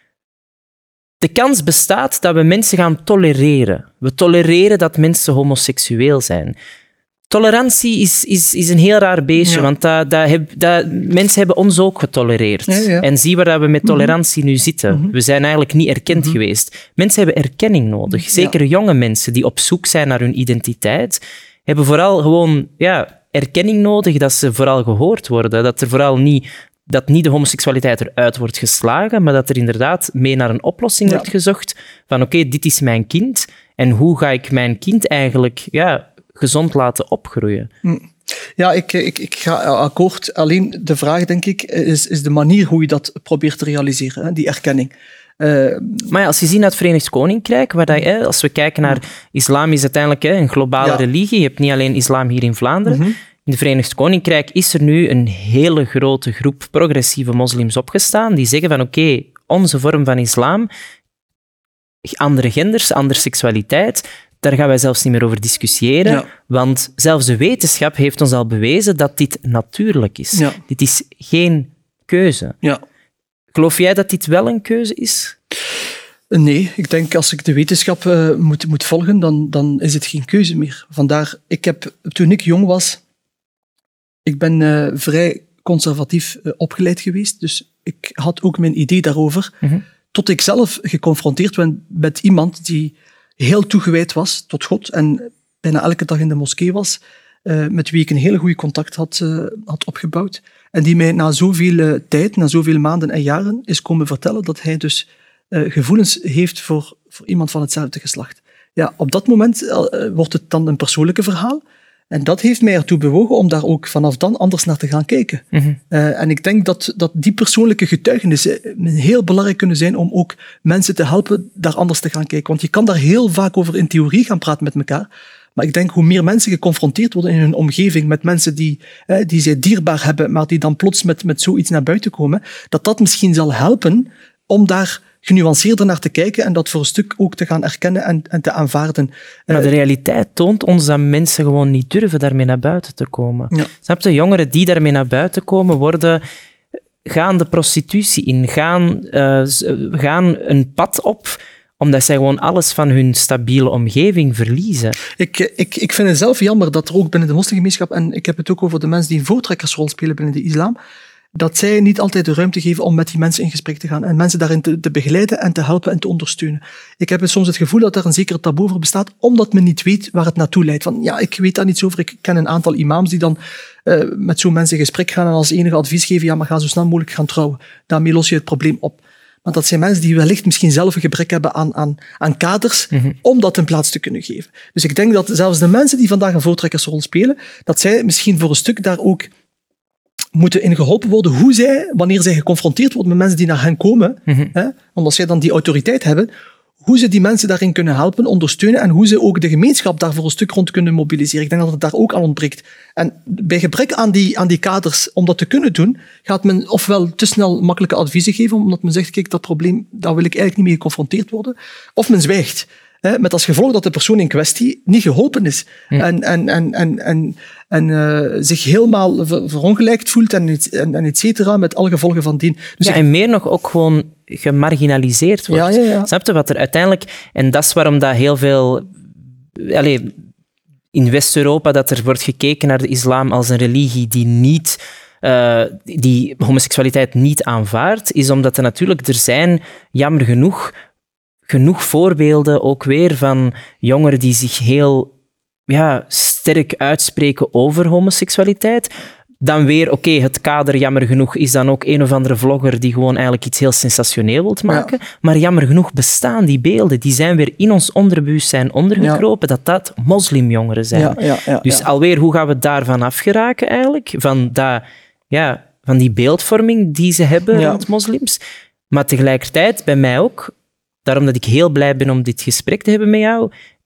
De kans bestaat dat we mensen gaan tolereren. We tolereren dat mensen homoseksueel zijn. Tolerantie is, is, is een heel raar beestje, ja. want dat, dat heb, dat, mensen hebben ons ook getolereerd. Ja, ja. En zie waar dat we met tolerantie nu zitten. Mm-hmm. We zijn eigenlijk niet erkend mm-hmm. geweest. Mensen hebben erkenning nodig. Zeker ja. jonge mensen die op zoek zijn naar hun identiteit, hebben vooral gewoon ja, erkenning nodig, dat ze vooral gehoord worden. Dat er vooral niet... dat niet de homoseksualiteit eruit wordt geslagen, maar dat er inderdaad mee naar een oplossing ja. wordt gezocht van oké, okay, dit is mijn kind en hoe ga ik mijn kind eigenlijk... Ja, gezond laten opgroeien. Ja, ik, ik, ik ga akkoord. Alleen de vraag, denk ik, is, is de manier hoe je dat probeert te realiseren, hè, die erkenning. Uh, maar ja, als je ziet naar het Verenigd Koninkrijk, waar dat, hè, als we kijken naar islam, is uiteindelijk hè, een globale ja. religie. Je hebt niet alleen islam hier in Vlaanderen. Mm-hmm. In het Verenigd Koninkrijk is er nu een hele grote groep progressieve moslims opgestaan die zeggen van oké, okay, onze vorm van islam, andere genders, andere seksualiteit, daar gaan wij zelfs niet meer over discussiëren, ja. want zelfs de wetenschap heeft ons al bewezen dat dit natuurlijk is. Ja. Dit is geen keuze. Ja. Geloof jij dat dit wel een keuze is? Nee, ik denk als ik de wetenschap uh, moet, moet volgen, dan, dan is het geen keuze meer. Vandaar, ik heb, toen ik jong was, ik ben uh, vrij conservatief uh, opgeleid geweest, dus ik had ook mijn idee daarover, mm-hmm. tot ik zelf geconfronteerd ben met iemand die heel toegewijd was tot God en bijna elke dag in de moskee was, uh, met wie ik een hele goede contact had, uh, had opgebouwd. En die mij na zoveel uh, tijd, na zoveel maanden en jaren, is komen vertellen dat hij dus uh, gevoelens heeft voor, voor iemand van hetzelfde geslacht. Ja, op dat moment uh, wordt het dan een persoonlijke verhaal. En dat heeft mij ertoe bewogen om daar ook vanaf dan anders naar te gaan kijken. Mm-hmm. Uh, en ik denk dat, dat die persoonlijke getuigenissen heel belangrijk kunnen zijn om ook mensen te helpen daar anders te gaan kijken. Want je kan daar heel vaak over in theorie gaan praten met elkaar. Maar ik denk hoe meer mensen geconfronteerd worden in hun omgeving met mensen die, uh, die zij dierbaar hebben, maar die dan plots met, met zoiets naar buiten komen, dat dat misschien zal helpen om daar genuanceerder naar te kijken en dat voor een stuk ook te gaan erkennen en, en te aanvaarden. Maar de realiteit toont ons dat mensen gewoon niet durven daarmee naar buiten te komen. Ja. Snap je? Jongeren die daarmee naar buiten komen, worden, gaan de prostitutie in, gaan, uh, gaan een pad op, omdat zij gewoon alles van hun stabiele omgeving verliezen. Ik, ik, ik vind het zelf jammer dat er ook binnen de moslimgemeenschap, en ik heb het ook over de mensen die een voortrekkersrol spelen binnen de islam, dat zij niet altijd de ruimte geven om met die mensen in gesprek te gaan en mensen daarin te, te begeleiden en te helpen en te ondersteunen. Ik heb soms het gevoel dat er een zeker taboe over bestaat, omdat men niet weet waar het naartoe leidt. Van, ja, ik weet daar niets over. Ik ken een aantal imams die dan uh, met zo'n mensen in gesprek gaan en als enige advies geven, ja, maar ga zo snel mogelijk gaan trouwen. Daarmee los je het probleem op. Want dat zijn mensen die wellicht misschien zelf een gebrek hebben aan, aan, aan kaders, mm-hmm. om dat een plaats te kunnen geven. Dus ik denk dat zelfs de mensen die vandaag een voortrekkersrol spelen, dat zij misschien voor een stuk daar ook moeten in geholpen worden hoe zij, wanneer zij geconfronteerd worden met mensen die naar hen komen, mm-hmm. hè, omdat zij dan die autoriteit hebben, hoe ze die mensen daarin kunnen helpen, ondersteunen en hoe ze ook de gemeenschap daar voor een stuk rond kunnen mobiliseren. Ik denk dat het daar ook aan ontbreekt. En bij gebrek aan die, aan die kaders om dat te kunnen doen, gaat men ofwel te snel makkelijke adviezen geven, omdat men zegt, kijk, dat probleem, daar wil ik eigenlijk niet mee geconfronteerd worden, of men zwijgt. Hè, met als gevolg dat de persoon in kwestie niet geholpen is. Ja. En, en, en, en, en, en uh, zich helemaal ver, verongelijkt voelt en, en, en et cetera, met alle gevolgen van dien. Dus ja, ik... en meer nog ook gewoon gemarginaliseerd wordt. Ja, ja, ja. Snap je wat er uiteindelijk... En dat is waarom dat heel veel... Allez, in West-Europa dat er wordt gekeken naar de islam als een religie die niet... Uh, die homoseksualiteit niet aanvaardt, is omdat er natuurlijk... Er zijn, jammer genoeg... genoeg voorbeelden ook weer van jongeren die zich heel ja, sterk uitspreken over homoseksualiteit, Dan weer, oké, okay, het kader, jammer genoeg, is dan ook een of andere vlogger die gewoon eigenlijk iets heel sensationeel wilt maken. Ja. Maar jammer genoeg bestaan die beelden. Die zijn weer in ons onderbewustzijn ondergekropen, ja. dat dat moslimjongeren zijn. Ja, ja, ja, dus ja. alweer, hoe gaan we daarvan afgeraken eigenlijk? Van, dat, ja, van die beeldvorming die ze hebben ja. rond moslims. Maar tegelijkertijd, bij mij ook, daarom dat ik heel blij ben om dit gesprek te hebben met jou,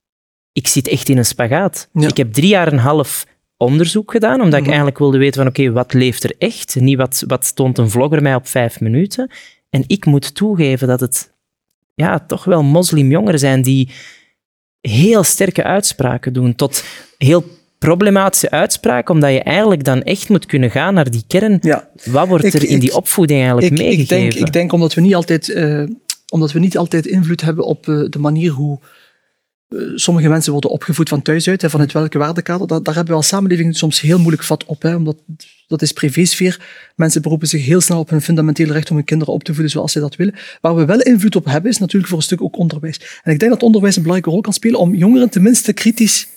ik zit echt in een spagaat. Ja. Ik heb drie jaar en een half onderzoek gedaan, omdat mm-hmm. ik eigenlijk wilde weten van oké, okay, wat leeft er echt? Niet wat, wat toont een vlogger mij op vijf minuten. En ik moet toegeven dat het ja, toch wel moslimjongeren zijn die heel sterke uitspraken doen, tot heel problematische uitspraken, omdat je eigenlijk dan echt moet kunnen gaan naar die kern. Ja. Wat wordt ik, er in die opvoeding eigenlijk ik, meegegeven? Ik denk, ik denk omdat we niet altijd, uh, omdat we niet altijd invloed hebben op uh, de manier hoe uh, sommige mensen worden opgevoed van thuis uit, hè, vanuit welke waardekader. Dat, daar hebben we als samenleving soms heel moeilijk vat op, hè, omdat dat is privésfeer. Mensen beroepen zich heel snel op hun fundamentele recht om hun kinderen op te voeden zoals ze dat willen. Waar we wel invloed op hebben, is natuurlijk voor een stuk ook onderwijs. En ik denk dat onderwijs een belangrijke rol kan spelen om jongeren tenminste kritisch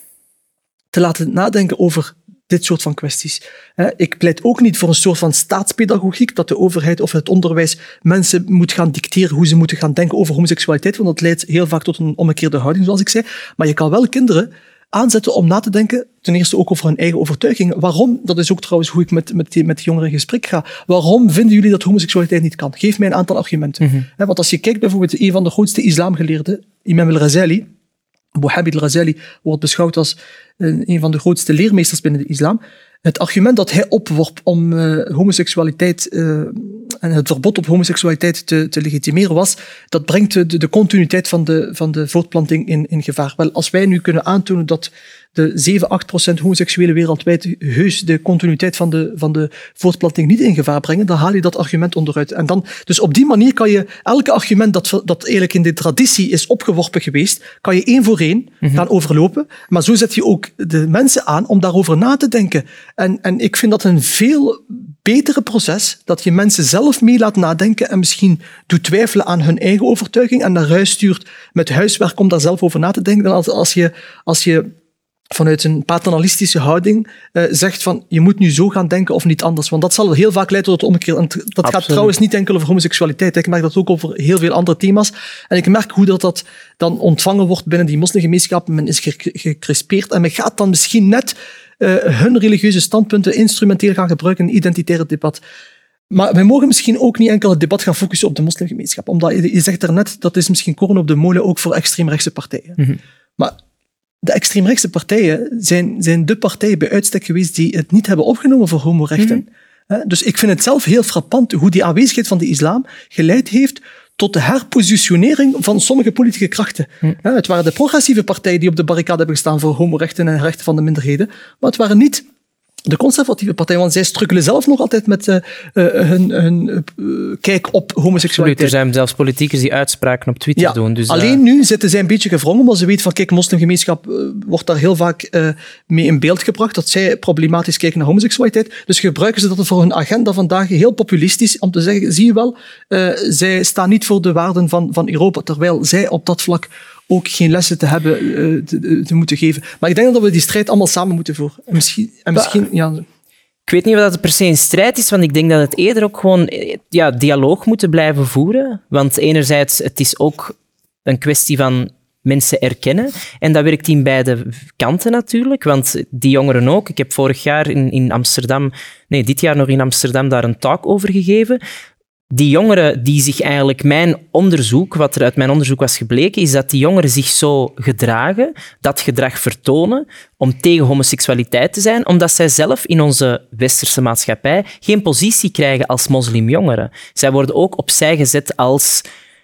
te laten nadenken over dit soort van kwesties. Ik pleit ook niet voor een soort van staatspedagogiek, dat de overheid of het onderwijs mensen moet gaan dicteren hoe ze moeten gaan denken over homoseksualiteit, want dat leidt heel vaak tot een omgekeerde houding, zoals ik zei. Maar je kan wel kinderen aanzetten om na te denken, ten eerste ook over hun eigen overtuiging. Waarom? Dat is ook trouwens hoe ik met, met, die, met die jongeren in gesprek ga. Waarom vinden jullie dat homoseksualiteit niet kan? Geef mij een aantal argumenten. Mm-hmm. Want als je kijkt bijvoorbeeld een van de grootste islamgeleerden, Imam al-Ghazali, Abu Hamid al-Ghazali wordt beschouwd als een van de grootste leermeesters binnen de islam. Het argument dat hij opworp om uh, homoseksualiteit uh, en het verbod op homoseksualiteit te, te legitimeren was, dat brengt de, de continuïteit van de, van de voortplanting in, in gevaar. Wel, als wij nu kunnen aantonen dat de zeven, acht procent homoseksuelen wereldwijd heus de continuïteit van de, van de voortplanting niet in gevaar brengen, dan haal je dat argument onderuit. En dan, dus op die manier kan je elke argument dat, dat eigenlijk in de traditie is opgeworpen geweest, kan je één voor één mm-hmm. gaan overlopen. Maar zo zet je ook de mensen aan om daarover na te denken. En, en ik vind dat een veel betere proces, dat je mensen zelf mee laat nadenken en misschien doet twijfelen aan hun eigen overtuiging en naar huis stuurt met huiswerk om daar zelf over na te denken, dan als, als je, als je vanuit een paternalistische houding uh, zegt van je moet nu zo gaan denken of niet anders. Want dat zal heel vaak leiden tot de ommekeer. En dat Absoluut. Gaat trouwens niet enkel over homoseksualiteit. Ik merk dat ook over heel veel andere thema's. En ik merk hoe dat, dat dan ontvangen wordt binnen die moslimgemeenschap. Men is gecrispeerd en men gaat dan misschien net uh, hun religieuze standpunten instrumenteel gaan gebruiken in een identitaire debat. Maar wij mogen misschien ook niet enkel het debat gaan focussen op de moslimgemeenschap. Omdat je, je zegt daarnet, dat is misschien koren op de molen ook voor extreemrechtse partijen. Mm-hmm. Maar de extreemrechtse partijen zijn, zijn de partijen bij uitstek geweest die het niet hebben opgenomen voor homorechten. Mm-hmm. Dus ik vind het zelf heel frappant hoe die aanwezigheid van de islam geleid heeft tot de herpositionering van sommige politieke krachten. Mm. Het waren de progressieve partijen die op de barricade hebben gestaan voor homorechten en rechten van de minderheden, maar het waren niet de conservatieve partijen, want zij strukkelen zelf nog altijd met uh, hun, hun uh, kijk op homoseksualiteit. Er zijn zelfs politiekers die uitspraken op Twitter ja, doen. Dus, alleen uh... nu zitten zij een beetje gewrongen, omdat ze weten van, kijk, moslimgemeenschap uh, wordt daar heel vaak uh, mee in beeld gebracht, dat zij problematisch kijken naar homoseksualiteit. Dus gebruiken ze dat voor hun agenda vandaag heel populistisch, om te zeggen, zie je wel, uh, zij staan niet voor de waarden van, van Europa, terwijl zij op dat vlak ook geen lessen te hebben uh, te, te moeten geven. Maar ik denk dat we die strijd allemaal samen moeten voeren. En misschien, en misschien ja. Ik weet niet of dat per se een strijd is, want ik denk dat het eerder ook gewoon ja, dialoog moeten blijven voeren. Want enerzijds, het is ook een kwestie van mensen erkennen. En dat werkt in beide kanten natuurlijk, want die jongeren ook. Ik heb vorig jaar in, in Amsterdam, nee, dit jaar nog in Amsterdam daar een talk over gegeven. Die jongeren die zich eigenlijk, mijn onderzoek, wat er uit mijn onderzoek was gebleken, is dat die jongeren zich zo gedragen, dat gedrag vertonen, om tegen homoseksualiteit te zijn, omdat zij zelf in onze westerse maatschappij geen positie krijgen als moslimjongeren. Zij worden ook opzij gezet als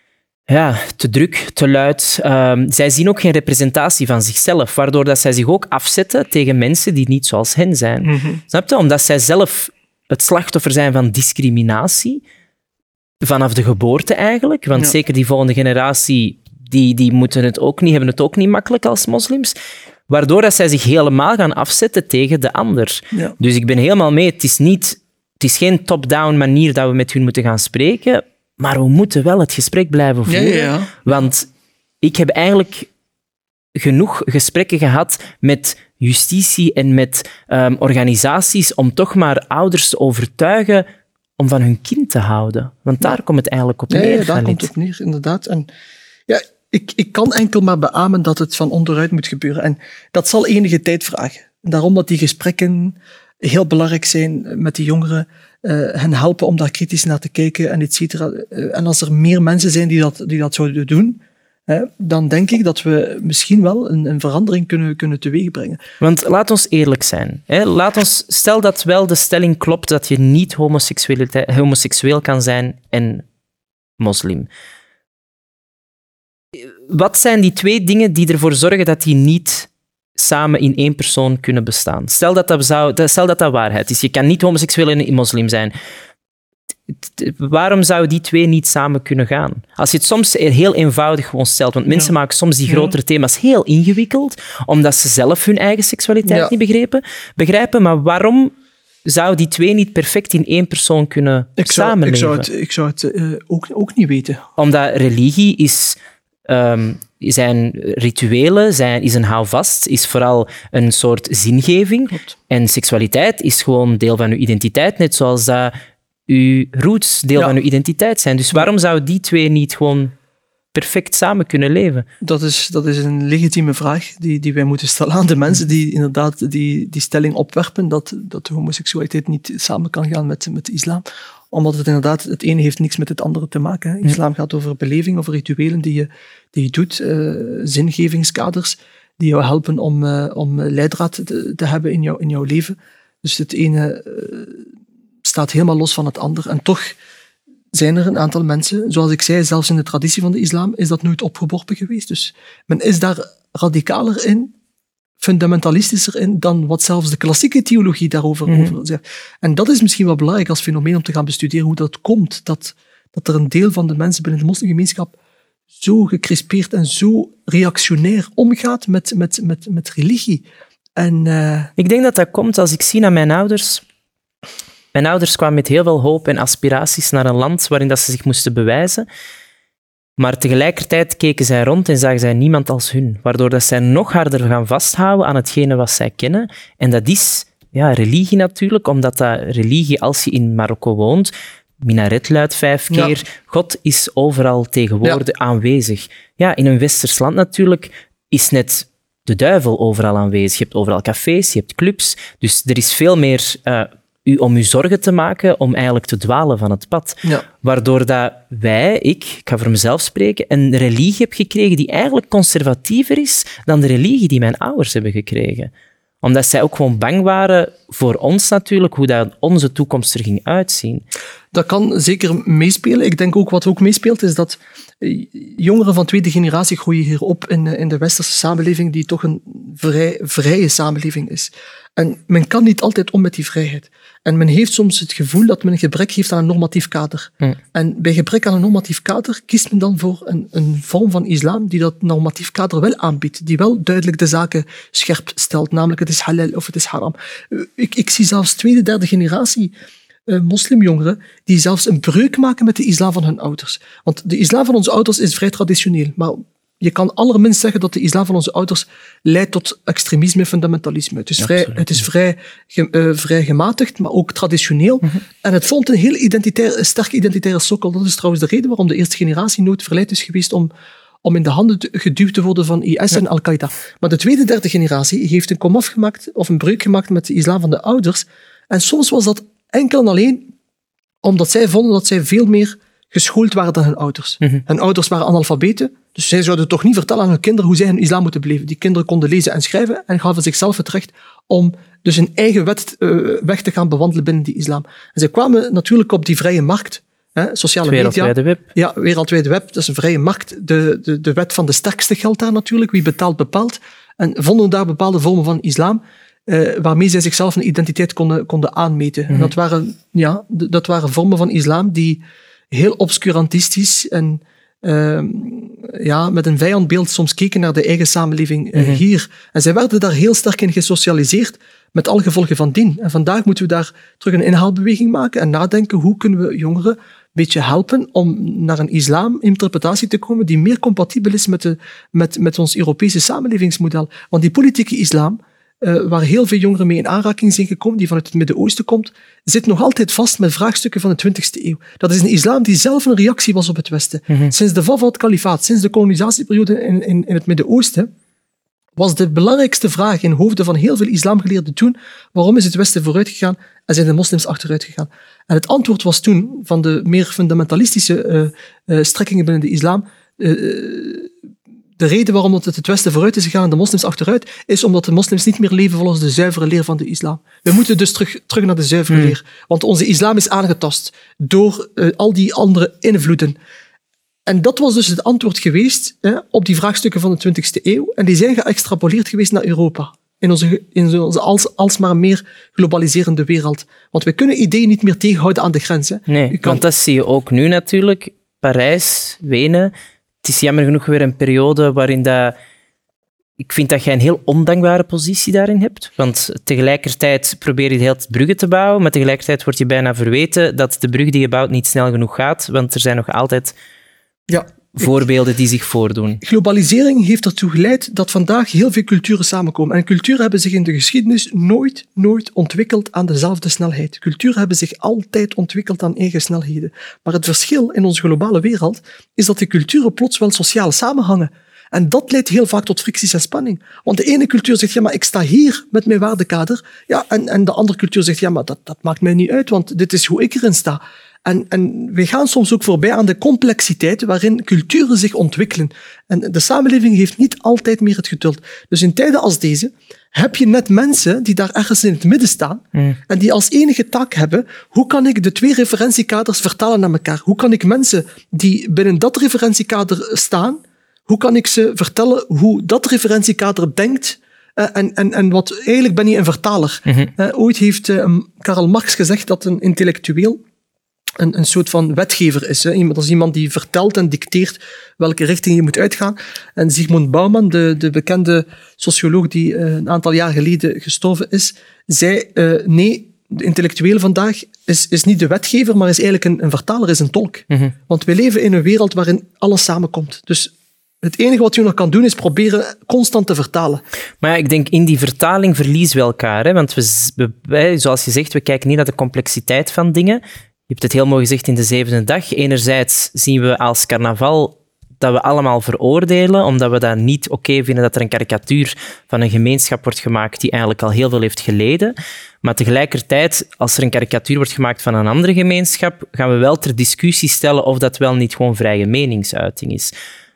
ja, te druk, te luid. Um, zij zien ook geen representatie van zichzelf, waardoor dat zij zich ook afzetten tegen mensen die niet zoals hen zijn. Mm-hmm. Snap je? Omdat zij zelf het slachtoffer zijn van discriminatie, vanaf de geboorte eigenlijk, want ja. zeker die volgende generatie, die, die moeten het ook niet, hebben het ook niet makkelijk als moslims, waardoor dat zij zich helemaal gaan afzetten tegen de ander. Ja. Dus ik ben helemaal mee, het is, niet, het is geen top-down manier dat we met hun moeten gaan spreken, maar we moeten wel het gesprek blijven voeren. Ja, ja, ja. Want ik heb eigenlijk genoeg gesprekken gehad met justitie en met um, organisaties om toch maar ouders te overtuigen om van hun kind te houden. Want daar ja. komt het eigenlijk op neer. Ja, ja daar komt het op neer, inderdaad. En ja, ik, ik kan enkel maar beamen dat het van onderuit moet gebeuren. En dat zal enige tijd vragen. Daarom dat die gesprekken heel belangrijk zijn met die jongeren, uh, hen helpen om daar kritisch naar te kijken en et cetera. Uh, en als er meer mensen zijn die dat, die dat zouden doen, uh, dan denk ik dat we misschien wel een, een verandering kunnen, kunnen teweegbrengen. Want laat ons eerlijk zijn. Hè? Laat ons, stel dat wel de stelling klopt dat je niet homoseksueel kan zijn en moslim. Wat zijn die twee dingen die ervoor zorgen dat die niet samen in één persoon kunnen bestaan? Stel dat dat, zou, stel dat dat waarheid is. Je kan niet homoseksueel en moslim zijn. Waarom zouden die twee niet samen kunnen gaan? Als je het soms heel eenvoudig gewoon stelt, want mensen ja. maken soms die grotere ja. thema's heel ingewikkeld, omdat ze zelf hun eigen seksualiteit ja. niet begrijpen, begrijpen. Maar waarom zou die twee niet perfect in één persoon kunnen ik zou, samenleven? Ik zou het, ik zou het uh, ook, ook niet weten. Omdat religie is... Um, zijn rituelen, zijn, is een houvast, is vooral een soort zingeving. Klopt. En seksualiteit is gewoon deel van uw identiteit, net zoals dat uw roots deel ja. van uw identiteit zijn. Dus waarom zouden die twee niet gewoon perfect samen kunnen leven? Dat is, dat is een legitieme vraag die, die wij moeten stellen aan de mensen die inderdaad die, die stelling opwerpen dat, dat de homoseksualiteit niet samen kan gaan met, met de islam. Omdat het inderdaad, het ene heeft niks met het andere te maken. Hè. Islam gaat over beleving, over rituelen die je, die je doet, uh, zingevingskaders die jou helpen om, uh, om leidraad te, te hebben in, jou, in jouw leven. Dus het ene uh, staat helemaal los van het ander. En toch zijn er een aantal mensen, zoals ik zei, zelfs in de traditie van de islam is dat nooit opgeworpen geweest. Dus men is daar radicaler in, fundamentalistischer in dan wat zelfs de klassieke theologie daarover mm. over zegt. En dat is misschien wel belangrijk als fenomeen om te gaan bestuderen hoe dat komt, dat, dat er een deel van de mensen binnen de moslimgemeenschap zo gecrispeerd en zo reactionair omgaat met, met, met, met religie. En, uh... Ik denk dat dat komt als ik zie naar mijn ouders. Mijn ouders kwamen met heel veel hoop en aspiraties naar een land waarin dat ze zich moesten bewijzen. Maar tegelijkertijd keken zij rond en zagen zij niemand als hun, waardoor dat zij nog harder gaan vasthouden aan hetgene wat zij kennen. En dat is ja, religie natuurlijk, omdat dat religie, als je in Marokko woont, minaret luidt vijf keer, ja. God is overal tegenwoordig ja. aanwezig. Ja, in een westers land natuurlijk is net de duivel overal aanwezig. Je hebt overal cafés, je hebt clubs, dus er is veel meer... Uh, U, om u zorgen te maken om eigenlijk te dwalen van het pad. Ja. Waardoor dat wij, ik, ik ga voor mezelf spreken, een religie heb gekregen die eigenlijk conservatiever is dan de religie die mijn ouders hebben gekregen. Omdat zij ook gewoon bang waren voor ons natuurlijk, hoe dat onze toekomst er ging uitzien. Dat kan zeker meespelen. Ik denk ook wat ook meespeelt, is dat jongeren van tweede generatie groeien hier op in, in de westerse samenleving, die toch een vrij, vrije samenleving is. En men kan niet altijd om met die vrijheid. En men heeft soms het gevoel dat men een gebrek heeft aan een normatief kader. Mm. En bij gebrek aan een normatief kader kiest men dan voor een, een vorm van islam die dat normatief kader wel aanbiedt, die wel duidelijk de zaken scherp stelt, namelijk het is halal of het is haram. Ik, ik zie zelfs tweede, derde generatie uh, moslimjongeren die zelfs een breuk maken met de islam van hun ouders. Want de islam van onze ouders is vrij traditioneel, maar je kan allerminst zeggen dat de islam van onze ouders leidt tot extremisme en fundamentalisme. Het is, ja, vrij, het is vrij, uh, vrij gematigd, maar ook traditioneel. Mm-hmm. En het vormt een heel identitair, een sterke identitaire sokkel. Dat is trouwens de reden waarom de eerste generatie nooit verleid is geweest om, om in de handen te, geduwd te worden van I S ja. en Al-Qaeda. Maar de tweede, derde generatie heeft een komaf gemaakt, of een breuk gemaakt met de islam van de ouders. En soms was dat enkel en alleen omdat zij vonden dat zij veel meer geschoold waren dan hun ouders. Mm-hmm. Hun ouders waren analfabeten, dus zij zouden toch niet vertellen aan hun kinderen hoe zij hun islam moeten beleven. Die kinderen konden lezen en schrijven en gaven zichzelf het recht om dus een eigen wet, uh, weg te gaan bewandelen binnen die islam. En zij kwamen natuurlijk op die vrije markt, hè, sociale media. Wereldwijde web. Ja, wereldwijde web, dat is een vrije markt. De, de, de wet van de sterkste geldt daar natuurlijk, wie betaalt bepaalt. En vonden daar bepaalde vormen van islam, Uh, waarmee zij zichzelf een identiteit konden, konden aanmeten. Mm-hmm. Dat waren, ja, d- dat waren vormen van islam die heel obscurantistisch en uh, ja, met een vijandbeeld soms keken naar de eigen samenleving uh, mm-hmm. hier. En zij werden daar heel sterk in gesocialiseerd, met alle gevolgen van dien. En vandaag moeten we daar terug een inhaalbeweging maken en nadenken hoe kunnen we jongeren een beetje helpen om naar een islam-interpretatie te komen die meer compatibel is met, de, met, met ons Europese samenlevingsmodel. Want die politieke islam uh, waar heel veel jongeren mee in aanraking zijn gekomen, die vanuit het Midden-Oosten komt, zit nog altijd vast met vraagstukken van de twintigste eeuw. Dat is een islam die zelf een reactie was op het Westen. Mm-hmm. Sinds de val van het kalifaat, sinds de kolonisatieperiode in, in, in het Midden-Oosten, was de belangrijkste vraag in hoofden van heel veel islamgeleerden toen, waarom is het Westen vooruit gegaan en zijn de moslims achteruit gegaan? En het antwoord was toen, van de meer fundamentalistische uh, uh, strekkingen binnen de islam, uh, de reden waarom het, het Westen vooruit is gegaan en de moslims achteruit, is omdat de moslims niet meer leven volgens de zuivere leer van de islam. We moeten dus terug, terug naar de zuivere hmm. leer. Want onze islam is aangetast door uh, al die andere invloeden. En dat was dus het antwoord geweest hè, op die vraagstukken van de twintigste eeuw. En die zijn geëxtrapoleerd geweest naar Europa. In onze, in onze als, alsmaar meer globaliserende wereld. Want we kunnen ideeën niet meer tegenhouden aan de grens. Hè. Nee, kan... want dat zie je ook nu natuurlijk. Parijs, Wenen. Het is jammer genoeg weer een periode waarin dat... Ik vind dat jij een heel ondankbare positie daarin hebt. Want tegelijkertijd probeer je de hele tijd bruggen te bouwen, maar tegelijkertijd word je bijna verweten dat de brug die je bouwt niet snel genoeg gaat. Want er zijn nog altijd... Ja, voorbeelden die zich voordoen. Globalisering heeft ertoe geleid dat vandaag heel veel culturen samenkomen. En culturen hebben zich in de geschiedenis nooit, nooit ontwikkeld aan dezelfde snelheid. Culturen hebben zich altijd ontwikkeld aan eigen snelheden. Maar het verschil in onze globale wereld is dat de culturen plots wel sociaal samenhangen. En dat leidt heel vaak tot fricties en spanning. Want de ene cultuur zegt, ja, maar ik sta hier met mijn waardekader. Ja, en, en de andere cultuur zegt, ja, maar dat, dat maakt mij niet uit, want dit is hoe ik erin sta. En, en we gaan soms ook voorbij aan de complexiteit waarin culturen zich ontwikkelen. En de samenleving heeft niet altijd meer het geduld. Dus in tijden als deze heb je net mensen die daar ergens in het midden staan mm. en die als enige taak hebben, hoe kan ik de twee referentiekaders vertalen naar elkaar? Hoe kan ik mensen die binnen dat referentiekader staan, hoe kan ik ze vertellen hoe dat referentiekader denkt? Uh, en, en, en wat, eigenlijk ben je een vertaler. Mm-hmm. Uh, ooit heeft uh, Karl Marx gezegd dat een intellectueel Een, een soort van wetgever is. Hè. Dat is iemand die vertelt en dicteert welke richting je moet uitgaan. En Zygmunt Bauman, de, de bekende socioloog die uh, een aantal jaar geleden gestorven is, zei, uh, nee, de intellectueel vandaag is, is niet de wetgever, maar is eigenlijk een, een vertaler, is een tolk. Mm-hmm. Want we leven in een wereld waarin alles samenkomt. Dus het enige wat je nog kan doen, is proberen constant te vertalen. Maar ja, ik denk, in die vertaling verliezen we elkaar. Hè? Want we, wij, zoals je zegt, we kijken niet naar de complexiteit van dingen. Je hebt het heel mooi gezegd in de zevende dag. Enerzijds zien we als carnaval dat we allemaal veroordelen, omdat we dat niet oké vinden dat er een karikatuur van een gemeenschap wordt gemaakt die eigenlijk al heel veel heeft geleden. Maar tegelijkertijd, als er een karikatuur wordt gemaakt van een andere gemeenschap, gaan we wel ter discussie stellen of dat wel niet gewoon vrije meningsuiting is.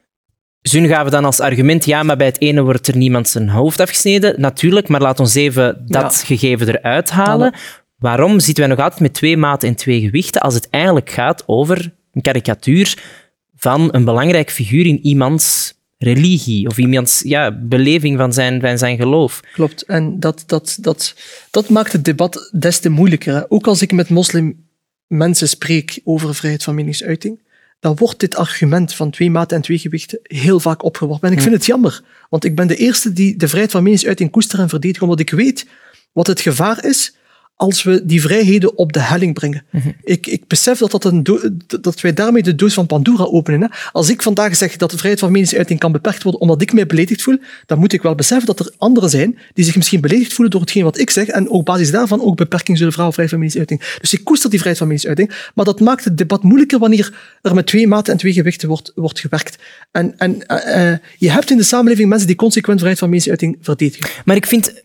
Zun gaven dan als argument, ja, maar bij het ene wordt er niemand zijn hoofd afgesneden. Natuurlijk, maar laat ons even dat ja. gegeven eruit halen. Ja. Waarom zitten wij nog altijd met twee maten en twee gewichten als het eigenlijk gaat over een karikatuur van een belangrijk figuur in iemands religie of iemands ja, beleving van zijn, van zijn geloof? Klopt, en dat, dat, dat, dat maakt het debat des te moeilijker. Hè? Ook als ik met moslimmensen spreek over vrijheid van meningsuiting, dan wordt dit argument van twee maten en twee gewichten heel vaak opgeworpen. En ik vind het jammer, want ik ben de eerste die de vrijheid van meningsuiting koestert en verdedigt, omdat ik weet wat het gevaar is als we die vrijheden op de helling brengen. Mm-hmm. Ik, ik besef dat, dat, een do- dat wij daarmee de doos van Pandora openen. Hè. Als ik vandaag zeg dat de vrijheid van meningsuiting kan beperkt worden omdat ik mij beledigd voel, dan moet ik wel beseffen dat er anderen zijn die zich misschien beledigd voelen door hetgeen wat ik zeg en op basis daarvan ook beperking zullen vragen op vrijheid van meningsuiting. Dus ik koester die vrijheid van meningsuiting, maar dat maakt het debat moeilijker wanneer er met twee maten en twee gewichten wordt, wordt gewerkt. En, en uh, uh, je hebt in de samenleving mensen die consequent vrijheid van meningsuiting verdedigen. Maar ik vind...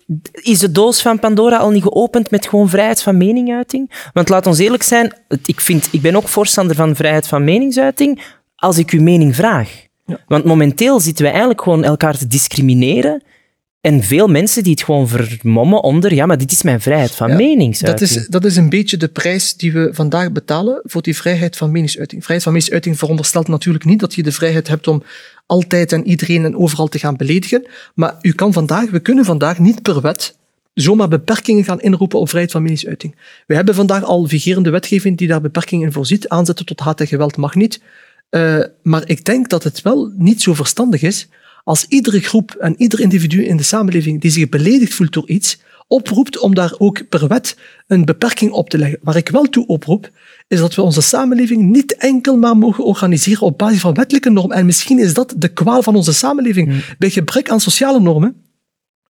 Is de doos van Pandora al niet geopend met gewoon vrijheid van meningsuiting? Want laat ons eerlijk zijn, ik, vind, ik ben ook voorstander van vrijheid van meningsuiting als ik uw mening vraag. Ja. Want momenteel zitten wij eigenlijk gewoon elkaar te discrimineren en veel mensen die het gewoon vermommen onder, ja, maar dit is mijn vrijheid van ja, meningsuiting. Dat is, dat is een beetje de prijs die we vandaag betalen voor die vrijheid van meningsuiting. Vrijheid van meningsuiting veronderstelt natuurlijk niet dat je de vrijheid hebt om altijd en iedereen en overal te gaan beledigen. Maar u kan vandaag, we kunnen vandaag niet per wet zomaar beperkingen gaan inroepen op vrijheid van meningsuiting. We hebben vandaag al vigerende wetgeving die daar beperkingen in voorziet. Aanzetten tot haat en geweld mag niet. Uh, maar ik denk dat het wel niet zo verstandig is als iedere groep en ieder individu in de samenleving die zich beledigd voelt door iets, oproept om daar ook per wet een beperking op te leggen. Waar ik wel toe oproep, is dat we onze samenleving niet enkel maar mogen organiseren op basis van wettelijke normen. En misschien is dat de kwaal van onze samenleving. Mm. Bij gebrek aan sociale normen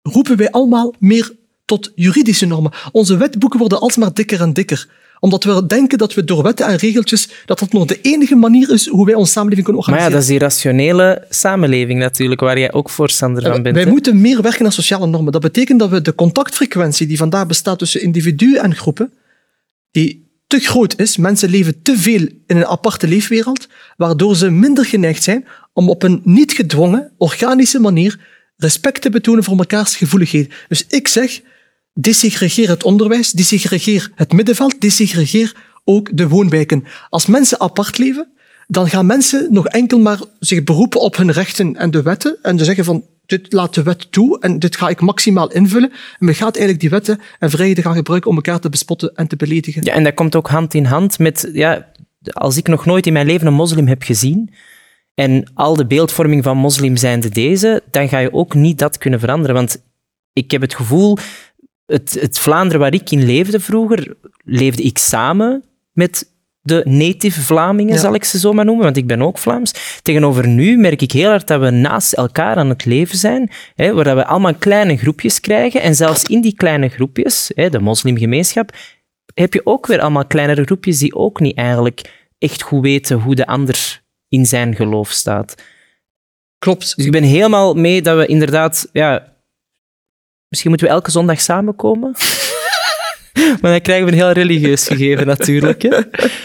roepen wij allemaal meer tot juridische normen. Onze wetboeken worden alsmaar dikker en dikker. Omdat we denken dat we door wetten en regeltjes, dat dat nog de enige manier is hoe wij onze samenleving kunnen Maar ja, organiseren. dat is die rationele samenleving natuurlijk, waar jij ook voorstander van bent. Wij hè? moeten meer werken aan sociale normen. Dat betekent dat we de contactfrequentie die vandaag bestaat tussen individuen en groepen, die te groot is, mensen leven te veel in een aparte leefwereld, waardoor ze minder geneigd zijn om op een niet gedwongen, organische manier respect te betonen voor mekaars gevoeligheden. Dus ik zeg, desegregeer het onderwijs, desegregeer het middenveld, desegregeer ook de woonwijken. Als mensen apart leven, dan gaan mensen nog enkel maar zich beroepen op hun rechten en de wetten en ze zeggen van, dit laat de wet toe en dit ga ik maximaal invullen. En men gaat eigenlijk die wetten en vrijheden gaan gebruiken om elkaar te bespotten en te beledigen. Ja, en dat komt ook hand in hand met... Ja, als ik nog nooit in mijn leven een moslim heb gezien en al de beeldvorming van moslim zijnde deze, dan ga je ook niet dat kunnen veranderen. Want ik heb het gevoel... Het, het Vlaanderen waar ik in leefde vroeger, leefde ik samen met de native Vlamingen, Ja. zal ik ze zo maar noemen, want ik ben ook Vlaams. Tegenover nu merk ik heel hard dat we naast elkaar aan het leven zijn, hè, waar we allemaal kleine groepjes krijgen. En zelfs in die kleine groepjes, hè, de moslimgemeenschap, heb je ook weer allemaal kleinere groepjes die ook niet eigenlijk echt goed weten hoe de ander in zijn geloof staat. Klopt. Dus ik ben helemaal mee dat we inderdaad... Ja, misschien moeten we elke zondag samenkomen. Maar dan krijgen we een heel religieus gegeven natuurlijk. Hè.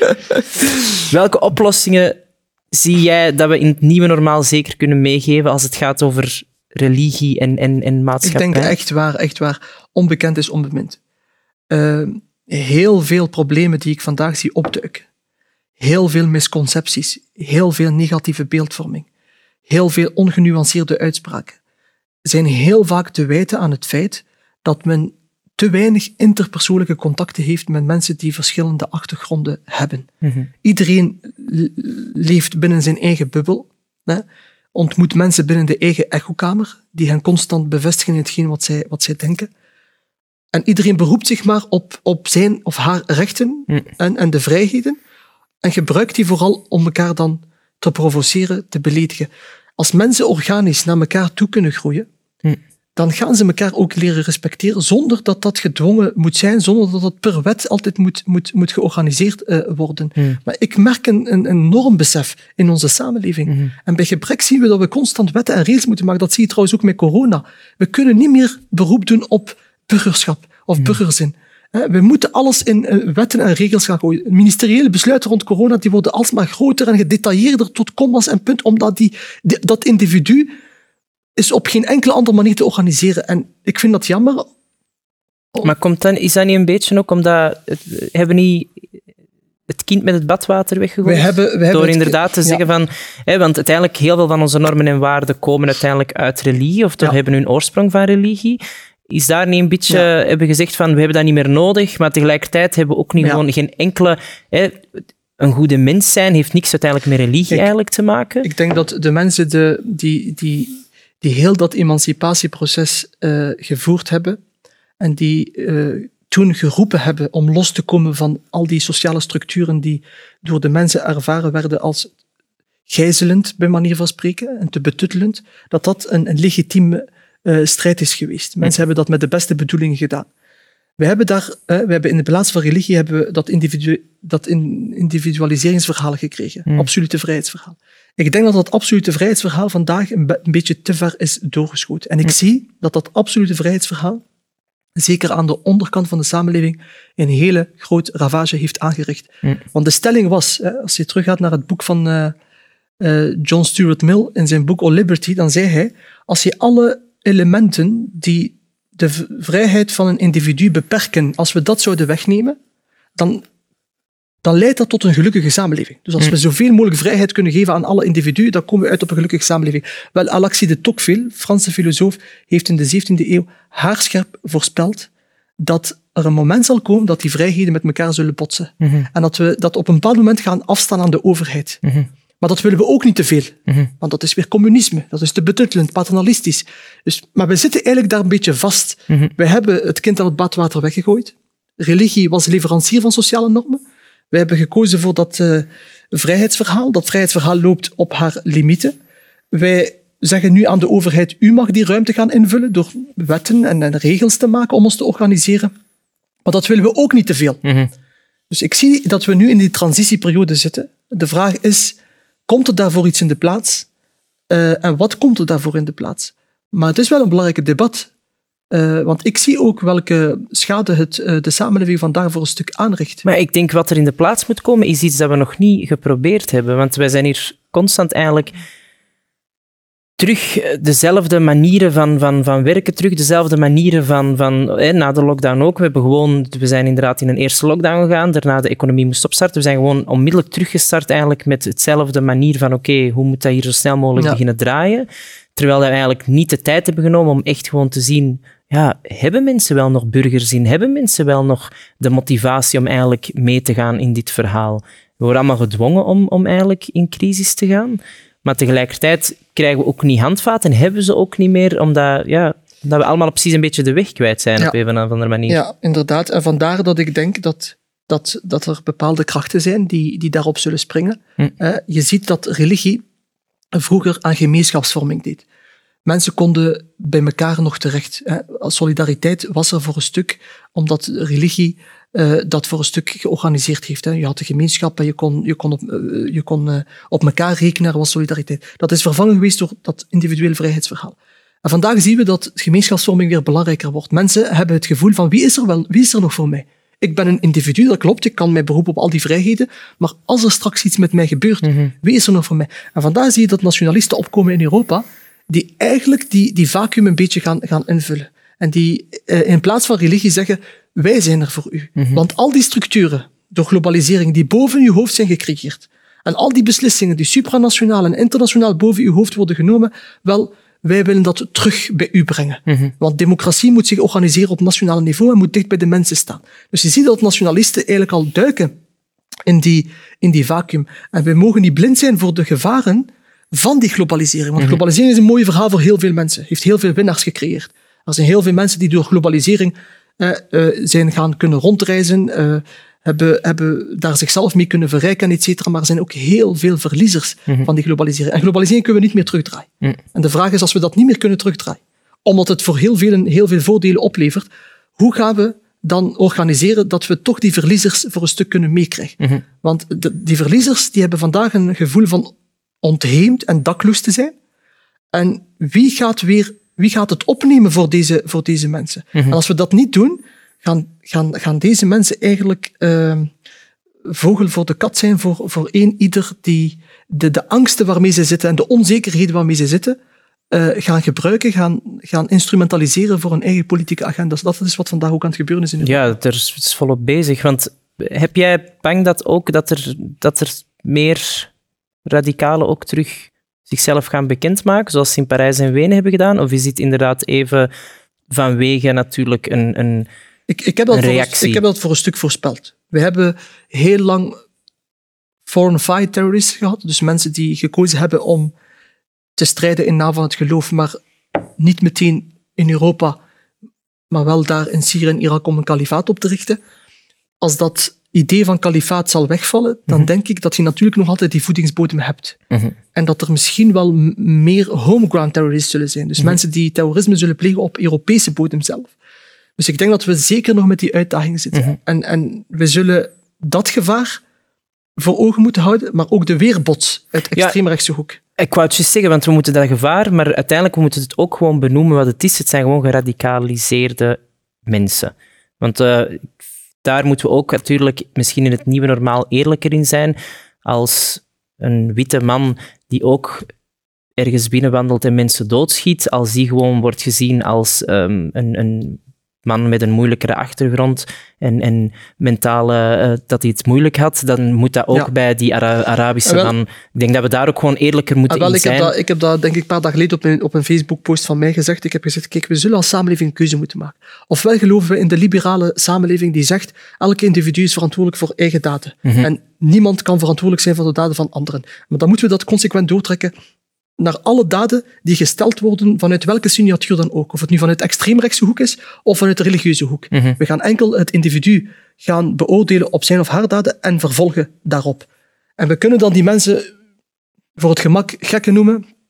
Welke oplossingen zie jij dat we in het nieuwe normaal zeker kunnen meegeven als het gaat over religie en, en, en Ik maatschappij? denk echt waar, echt waar. Onbekend is onbemind. Uh, heel veel problemen die ik vandaag zie opduiken. Heel veel misconcepties. Heel veel negatieve beeldvorming. Heel veel ongenuanceerde uitspraken. Zijn heel vaak te wijten aan het feit dat men te weinig interpersoonlijke contacten heeft met mensen die verschillende achtergronden hebben. Mm-hmm. Iedereen leeft binnen zijn eigen bubbel, hè, ontmoet mensen binnen de eigen echokamer, die hen constant bevestigen in hetgeen wat zij, wat zij denken. En iedereen beroept zich maar op, op zijn of haar rechten Mm. en, en de vrijheden en gebruikt die vooral om elkaar dan te provoceren, te beledigen. Als mensen organisch naar elkaar toe kunnen groeien, Mm. dan gaan ze elkaar ook leren respecteren, zonder dat dat gedwongen moet zijn, zonder dat dat per wet altijd moet, moet, moet georganiseerd uh, worden. Mm. Maar ik merk een, een enorm besef in onze samenleving. Mm-hmm. En bij gebrek zien we dat we constant wetten en regels moeten maken. Dat zie je trouwens ook met corona. We kunnen niet meer beroep doen op burgerschap of Mm. burgerzin. We moeten alles in uh, wetten en regels gaan gooien. Ministeriële besluiten rond corona die worden alsmaar groter en gedetailleerder tot kommas en punt, omdat die, die, dat individu is op geen enkele andere manier te organiseren. En ik vind dat jammer. Maar komt dan, is dat niet een beetje ook omdat... Het, hebben niet het kind met het badwater weggegooid? We hebben, we hebben Door het- inderdaad te ja. zeggen van... Hè, want uiteindelijk, heel veel van onze normen en waarden komen uiteindelijk uit religie, of toch Ja. hebben hun oorsprong van religie. Is daar niet een beetje... Ja. Hebben gezegd van, we hebben dat niet meer nodig, maar tegelijkertijd hebben we ook niet Ja. gewoon geen enkele... Hè, een goede mens zijn heeft niks uiteindelijk met religie Kijk, eigenlijk te maken. Ik denk dat de mensen de, die, die, die heel dat emancipatieproces uh, gevoerd hebben en die uh, toen geroepen hebben om los te komen van al die sociale structuren die door de mensen ervaren werden als gijzelend, bij manier van spreken, en te betuttelend, dat dat een, een legitieme uh, strijd is geweest. Mensen hebben dat met de beste bedoelingen gedaan. We hebben daar, uh, we hebben in de plaats van religie hebben we dat, individu dat in, individualiseringsverhaal gekregen. Mm. Absolute vrijheidsverhaal. Ik denk dat dat absolute vrijheidsverhaal vandaag een, be een beetje te ver is doorgeschoten. En ik Mm. zie dat dat absolute vrijheidsverhaal, zeker aan de onderkant van de samenleving, een hele grote ravage heeft aangericht. Mm. Want de stelling was, hè, als je teruggaat naar het boek van uh, uh, John Stuart Mill, in zijn boek O Liberty, dan zei hij, als je alle elementen die de v vrijheid van een individu beperken, als we dat zouden wegnemen, dan, dan leidt dat tot een gelukkige samenleving. Dus als we zoveel mogelijk vrijheid kunnen geven aan alle individuen, dan komen we uit op een gelukkige samenleving. Wel, Alexis de Tocqueville, Franse filosoof, heeft in de zeventiende eeuw haarscherp voorspeld dat er een moment zal komen dat die vrijheden met elkaar zullen botsen. Mm-hmm. En dat we dat op een bepaald moment gaan afstaan aan de overheid. Mm-hmm. Maar dat willen we ook niet te veel. Mm-hmm. Want dat is weer communisme. Dat is te betuttelend, paternalistisch. Dus, maar we zitten eigenlijk daar een beetje vast. Mm-hmm. We hebben het kind aan het badwater weggegooid. Religie was leverancier van sociale normen. We hebben gekozen voor dat uh, vrijheidsverhaal. Dat vrijheidsverhaal loopt op haar limieten. Wij zeggen nu aan de overheid, u mag die ruimte gaan invullen door wetten en, en regels te maken om ons te organiseren. Maar dat willen we ook niet te veel. Mm-hmm. Dus ik zie dat we nu in die transitieperiode zitten. De vraag is, komt er daarvoor iets in de plaats? Uh, en wat komt er daarvoor in de plaats? Maar het is wel een belangrijk debat. Uh, want ik zie ook welke schade het uh, de samenleving vandaag voor een stuk aanricht. Maar ik denk wat er in de plaats moet komen, is iets dat we nog niet geprobeerd hebben. Want wij zijn hier constant eigenlijk terug dezelfde manieren van, van, van werken, terug dezelfde manieren van, van eh, na de lockdown ook. We, hebben gewoon, we zijn inderdaad in een eerste lockdown gegaan, daarna de economie moest opstarten. We zijn gewoon onmiddellijk teruggestart eigenlijk met hetzelfde manier van oké, okay, hoe moet dat hier zo snel mogelijk ja. beginnen draaien? Terwijl we eigenlijk niet de tijd hebben genomen om echt gewoon te zien, ja, hebben mensen wel nog burgerzin? Hebben mensen wel nog de motivatie om eigenlijk mee te gaan in dit verhaal? We worden allemaal gedwongen om, om eigenlijk in crisis te gaan. Maar tegelijkertijd krijgen we ook niet handvaten en hebben ze ook niet meer, omdat, ja, omdat we allemaal precies een beetje de weg kwijt zijn ja. op een of andere manier. Ja, inderdaad. En vandaar dat ik denk dat, dat, dat er bepaalde krachten zijn die, die daarop zullen springen. Hm. Uh, je ziet dat religie vroeger aan gemeenschapsvorming deed. Mensen konden bij elkaar nog terecht. Hè. Solidariteit was er voor een stuk, omdat religie uh, dat voor een stuk georganiseerd heeft. Hè. Je had de gemeenschap en je kon, je kon, op, uh, je kon uh, op elkaar rekenen, er was solidariteit. Dat is vervangen geweest door dat individuele vrijheidsverhaal. En vandaag zien we dat gemeenschapsvorming weer belangrijker wordt. Mensen hebben het gevoel van, wie is er wel, wie is er nog voor mij? Ik ben een individu, dat klopt, ik kan mij beroepen op al die vrijheden, maar als er straks iets met mij gebeurt, mm-hmm. wie is er nog voor mij? En vandaar zie je dat nationalisten opkomen in Europa, die eigenlijk die, die vacuüm een beetje gaan, gaan invullen. En die uh, in plaats van religie zeggen, wij zijn er voor u. Mm-hmm. Want al die structuren, door globalisering, die boven uw hoofd zijn gecreëerd, en al die beslissingen die supranationaal en internationaal boven uw hoofd worden genomen, wel, wij willen dat terug bij u brengen. Mm-hmm. Want democratie moet zich organiseren op nationaal niveau en moet dicht bij de mensen staan. Dus je ziet dat nationalisten eigenlijk al duiken in die, in die vacuüm. En wij mogen niet blind zijn voor de gevaren van die globalisering. Want mm-hmm. globalisering is een mooi verhaal voor heel veel mensen. Heeft heel veel winnaars gecreëerd. Er zijn heel veel mensen die door globalisering eh, uh, zijn gaan kunnen rondreizen, uh, hebben, hebben daar zichzelf mee kunnen verrijken, et cetera. Maar er zijn ook heel veel verliezers mm-hmm. van die globalisering. En globalisering kunnen we niet meer terugdraaien. Mm. En de vraag is, als we dat niet meer kunnen terugdraaien, omdat het voor heel veel, heel veel voordelen oplevert, hoe gaan we dan organiseren dat we toch die verliezers voor een stuk kunnen meekrijgen? Mm-hmm. Want de, die verliezers die hebben vandaag een gevoel van ontheemd en dakloos te zijn. En wie gaat, weer, wie gaat het opnemen voor deze, voor deze mensen? Mm-hmm. En als we dat niet doen, gaan, gaan, gaan deze mensen eigenlijk uh, vogel voor de kat zijn voor, voor één ieder die de, de angsten waarmee ze zitten en de onzekerheden waarmee ze zitten, uh, gaan gebruiken, gaan, gaan instrumentaliseren voor hun eigen politieke agenda. Dat is wat vandaag ook aan het gebeuren is in Europa. Ja, er is volop bezig. Want heb jij bang dat ook dat er, dat er meer radicalen ook terug zichzelf gaan bekendmaken, zoals ze in Parijs en Wenen hebben gedaan? Of is dit inderdaad even vanwege natuurlijk een, een, ik, ik heb dat een reactie? Voor een, ik heb dat voor een stuk voorspeld. We hebben heel lang foreign fight terrorists gehad, dus mensen die gekozen hebben om te strijden in naam van het geloof, maar niet meteen in Europa, maar wel daar in Syrië en Irak om een kalifaat op te richten. Als dat idee van kalifaat zal wegvallen, dan mm-hmm. denk ik dat je natuurlijk nog altijd die voedingsbodem hebt. Mm-hmm. En dat er misschien wel m- meer homeground terroristen zullen zijn. Dus mm-hmm. mensen die terrorisme zullen plegen op Europese bodem zelf. Dus ik denk dat we zeker nog met die uitdagingen zitten. Mm-hmm. En, en we zullen dat gevaar voor ogen moeten houden, maar ook de weerbots uit extreemrechtse hoek. Ik wou het juist zeggen, want we moeten dat gevaar, maar uiteindelijk we moeten het ook gewoon benoemen wat het is. Het zijn gewoon geradicaliseerde mensen. Want uh, daar moeten we ook natuurlijk misschien in het nieuwe normaal eerlijker in zijn, als een witte man die ook ergens binnenwandelt en mensen doodschiet, als die gewoon wordt gezien als um, een, een man met een moeilijkere achtergrond en, en mentale, uh, dat hij het moeilijk had, dan moet dat ook ja. bij die Ara- Arabische wel, man. Ik denk dat we daar ook gewoon eerlijker moeten wel, in ik zijn. Heb dat, ik heb dat denk ik een paar dagen geleden op een, op een Facebook-post van mij gezegd. Ik heb gezegd, kijk, we zullen als samenleving een keuze moeten maken. Ofwel geloven we in de liberale samenleving die zegt, elke individu is verantwoordelijk voor eigen daden. Mm-hmm. En niemand kan verantwoordelijk zijn voor de daden van anderen. Maar dan moeten we dat consequent doortrekken naar alle daden die gesteld worden vanuit welke signatuur dan ook. Of het nu vanuit de extreemrechtse hoek is, of vanuit de religieuze hoek. Mm-hmm. We gaan enkel het individu gaan beoordelen op zijn of haar daden en vervolgen daarop. En we kunnen dan die mensen voor het gemak gekken noemen,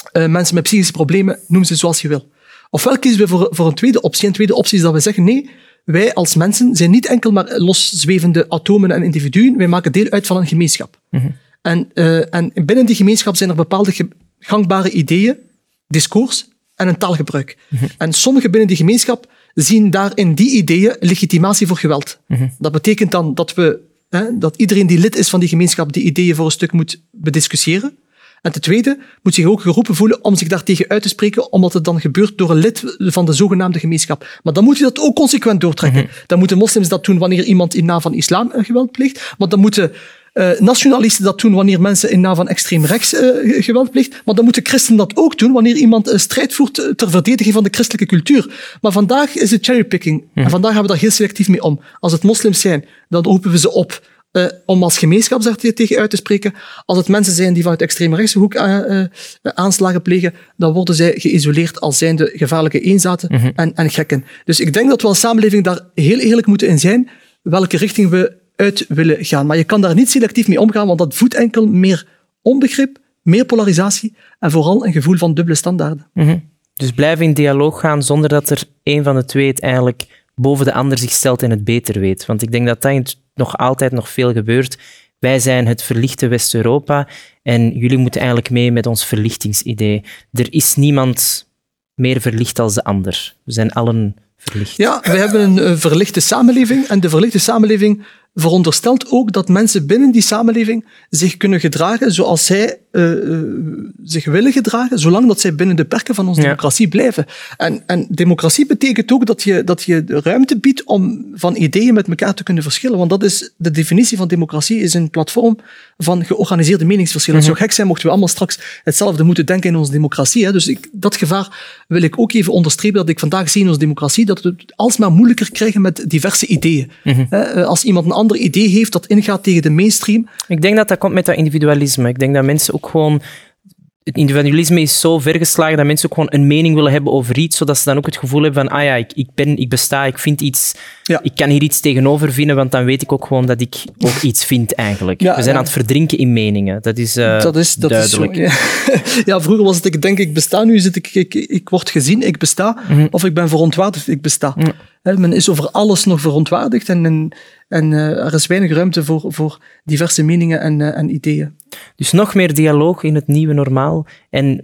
Uh, mensen met psychische problemen, noem ze zoals je wil. Ofwel kiezen we voor, voor een tweede optie. Een tweede optie is dat we zeggen, nee, wij als mensen zijn niet enkel maar loszwevende atomen en individuen, wij maken deel uit van een gemeenschap. Mm-hmm. En, uh, en binnen die gemeenschap zijn er bepaalde ge- gangbare ideeën, discours en een taalgebruik. Mm-hmm. En sommigen binnen die gemeenschap zien daar in die ideeën legitimatie voor geweld. Mm-hmm. Dat betekent dan dat, we, hè, dat iedereen die lid is van die gemeenschap die ideeën voor een stuk moet bediscussiëren. En ten tweede moet zich ook geroepen voelen om zich daartegen uit te spreken, omdat het dan gebeurt door een lid van de zogenaamde gemeenschap. Maar dan moet je dat ook consequent doortrekken. Mm-hmm. Dan moeten moslims dat doen wanneer iemand in naam van islam geweld pleegt, maar dan moeten uh, nationalisten dat doen wanneer mensen in naam van extreem rechts uh, geweld pleegt, maar dan moeten christenen dat ook doen wanneer iemand een strijd voert ter verdediging van de christelijke cultuur. Maar vandaag is het cherrypicking. Mm-hmm. En vandaag gaan we daar heel selectief mee om. Als het moslims zijn, dan roepen we ze op Uh, om als gemeenschap daar tegen uit te spreken. Als het mensen zijn die vanuit de extreemrechtse hoek uh, uh, aanslagen plegen, dan worden zij geïsoleerd als zijnde gevaarlijke eenzaten mm-hmm. en, en gekken. Dus ik denk dat we als samenleving daar heel eerlijk moeten in zijn, welke richting we uit willen gaan. Maar je kan daar niet selectief mee omgaan, want dat voedt enkel meer onbegrip, meer polarisatie en vooral een gevoel van dubbele standaarden. Mm-hmm. Dus blijven in dialoog gaan zonder dat er een van de twee het eigenlijk boven de ander zich stelt en het beter weet. Want ik denk dat dat in het nog altijd nog veel gebeurt. Wij zijn het verlichte West-Europa en jullie moeten eigenlijk mee met ons verlichtingsidee. Er is niemand meer verlicht als de ander. We zijn allen verlicht. Ja, we hebben een uh, verlichte samenleving en de verlichte samenleving veronderstelt ook dat mensen binnen die samenleving zich kunnen gedragen zoals zij uh, uh, zich willen gedragen, zolang dat zij binnen de perken van onze ja. democratie blijven. En, en democratie betekent ook dat je, dat je de ruimte biedt om van ideeën met elkaar te kunnen verschillen. Want dat is de definitie van democratie, is een platform van georganiseerde meningsverschillen. Mm-hmm. Het zou gek zijn mochten we allemaal straks hetzelfde moeten denken in onze democratie. Hè. Dus ik, dat gevaar wil ik ook even onderstrepen, dat ik vandaag zie in onze democratie, dat we het alsmaar moeilijker krijgen met diverse ideeën. Mm-hmm. Als iemand een ander idee heeft dat ingaat tegen de mainstream. Ik denk dat dat komt met dat individualisme. Ik denk dat mensen ook gewoon... Het individualisme is zo vergeslagen dat mensen ook gewoon een mening willen hebben over iets, zodat ze dan ook het gevoel hebben van, ah ja, ik, ik ben, ik besta, ik vind iets, ja. ik kan hier iets tegenover vinden, want dan weet ik ook gewoon dat ik ook iets vind eigenlijk. Ja, We zijn ja. aan het verdrinken in meningen. Dat is, uh, dat is dat duidelijk. Is zo, ja. ja, vroeger was het, ik denk, ik besta, nu zit ik, ik, ik word gezien, ik besta, mm-hmm. of ik ben verontwaardigd, ik besta. Mm. He, men is over alles nog verontwaardigd en, en, en uh, er is weinig ruimte voor, voor diverse meningen en, uh, en ideeën. Dus nog meer dialoog in het nieuwe normaal en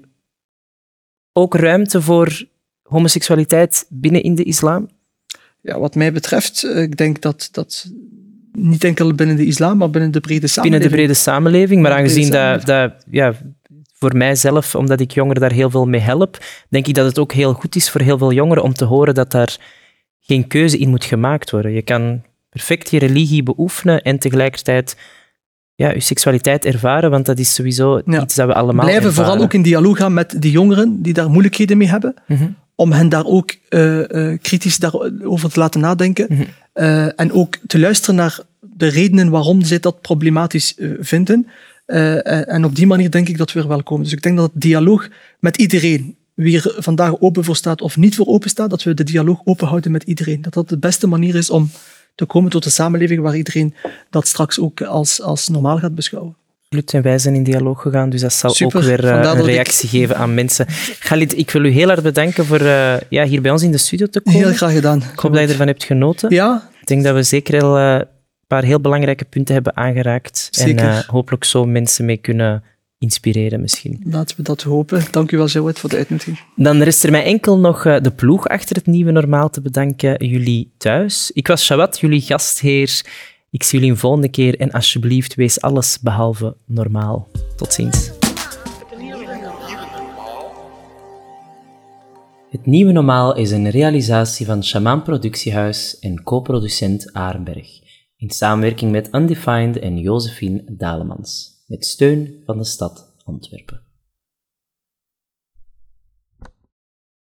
ook ruimte voor homoseksualiteit binnen in de islam? Ja, wat mij betreft, ik denk dat, dat niet enkel binnen de islam, maar binnen de brede samenleving. Binnen de brede samenleving, maar aangezien dat, dat ja, voor mijzelf, omdat ik jongeren daar heel veel mee help, denk ik dat het ook heel goed is voor heel veel jongeren om te horen dat daar geen keuze in moet gemaakt worden. Je kan perfect je religie beoefenen en tegelijkertijd ja, je seksualiteit ervaren, want dat is sowieso ja. iets dat we allemaal Blijven ervaren. Vooral ook in dialoog gaan met die jongeren die daar moeilijkheden mee hebben, mm-hmm. om hen daar ook uh, uh, kritisch over te laten nadenken mm-hmm. uh, en ook te luisteren naar de redenen waarom zij dat problematisch uh, vinden. Uh, en op die manier denk ik dat we er wel komen. Dus ik denk dat het dialoog met iedereen, wie er vandaag open voor staat of niet voor open staat, dat we de dialoog open houden met iedereen. Dat dat de beste manier is om te komen tot een samenleving waar iedereen dat straks ook als, als normaal gaat beschouwen. Absoluut, en wij zijn in dialoog gegaan, dus dat zal Super, ook weer uh, een reactie ik... geven aan mensen. Khalid, ik wil u heel hard bedanken voor uh, ja, hier bij ons in de studio te komen. Heel graag gedaan. Ik hoop dat je ervan hebt genoten. Ja. Ik denk dat we zeker al uh, een paar heel belangrijke punten hebben aangeraakt. Zeker. En uh, hopelijk zo mensen mee kunnen inspireren misschien. Laten we dat hopen. Dank u wel, Jawed, voor de uitnodiging. Dan rest er mij enkel nog uh, de ploeg achter het nieuwe normaal te bedanken. Jullie thuis. Ik was Jawad, jullie gastheer. Ik zie jullie een volgende keer en alsjeblieft, wees alles behalve normaal. Tot ziens. Het Nieuwe Normaal is een realisatie van Shaman Productiehuis en co-producent Arenberg, in samenwerking met Undefined en Josephine Dalemans, met steun van de stad Antwerpen.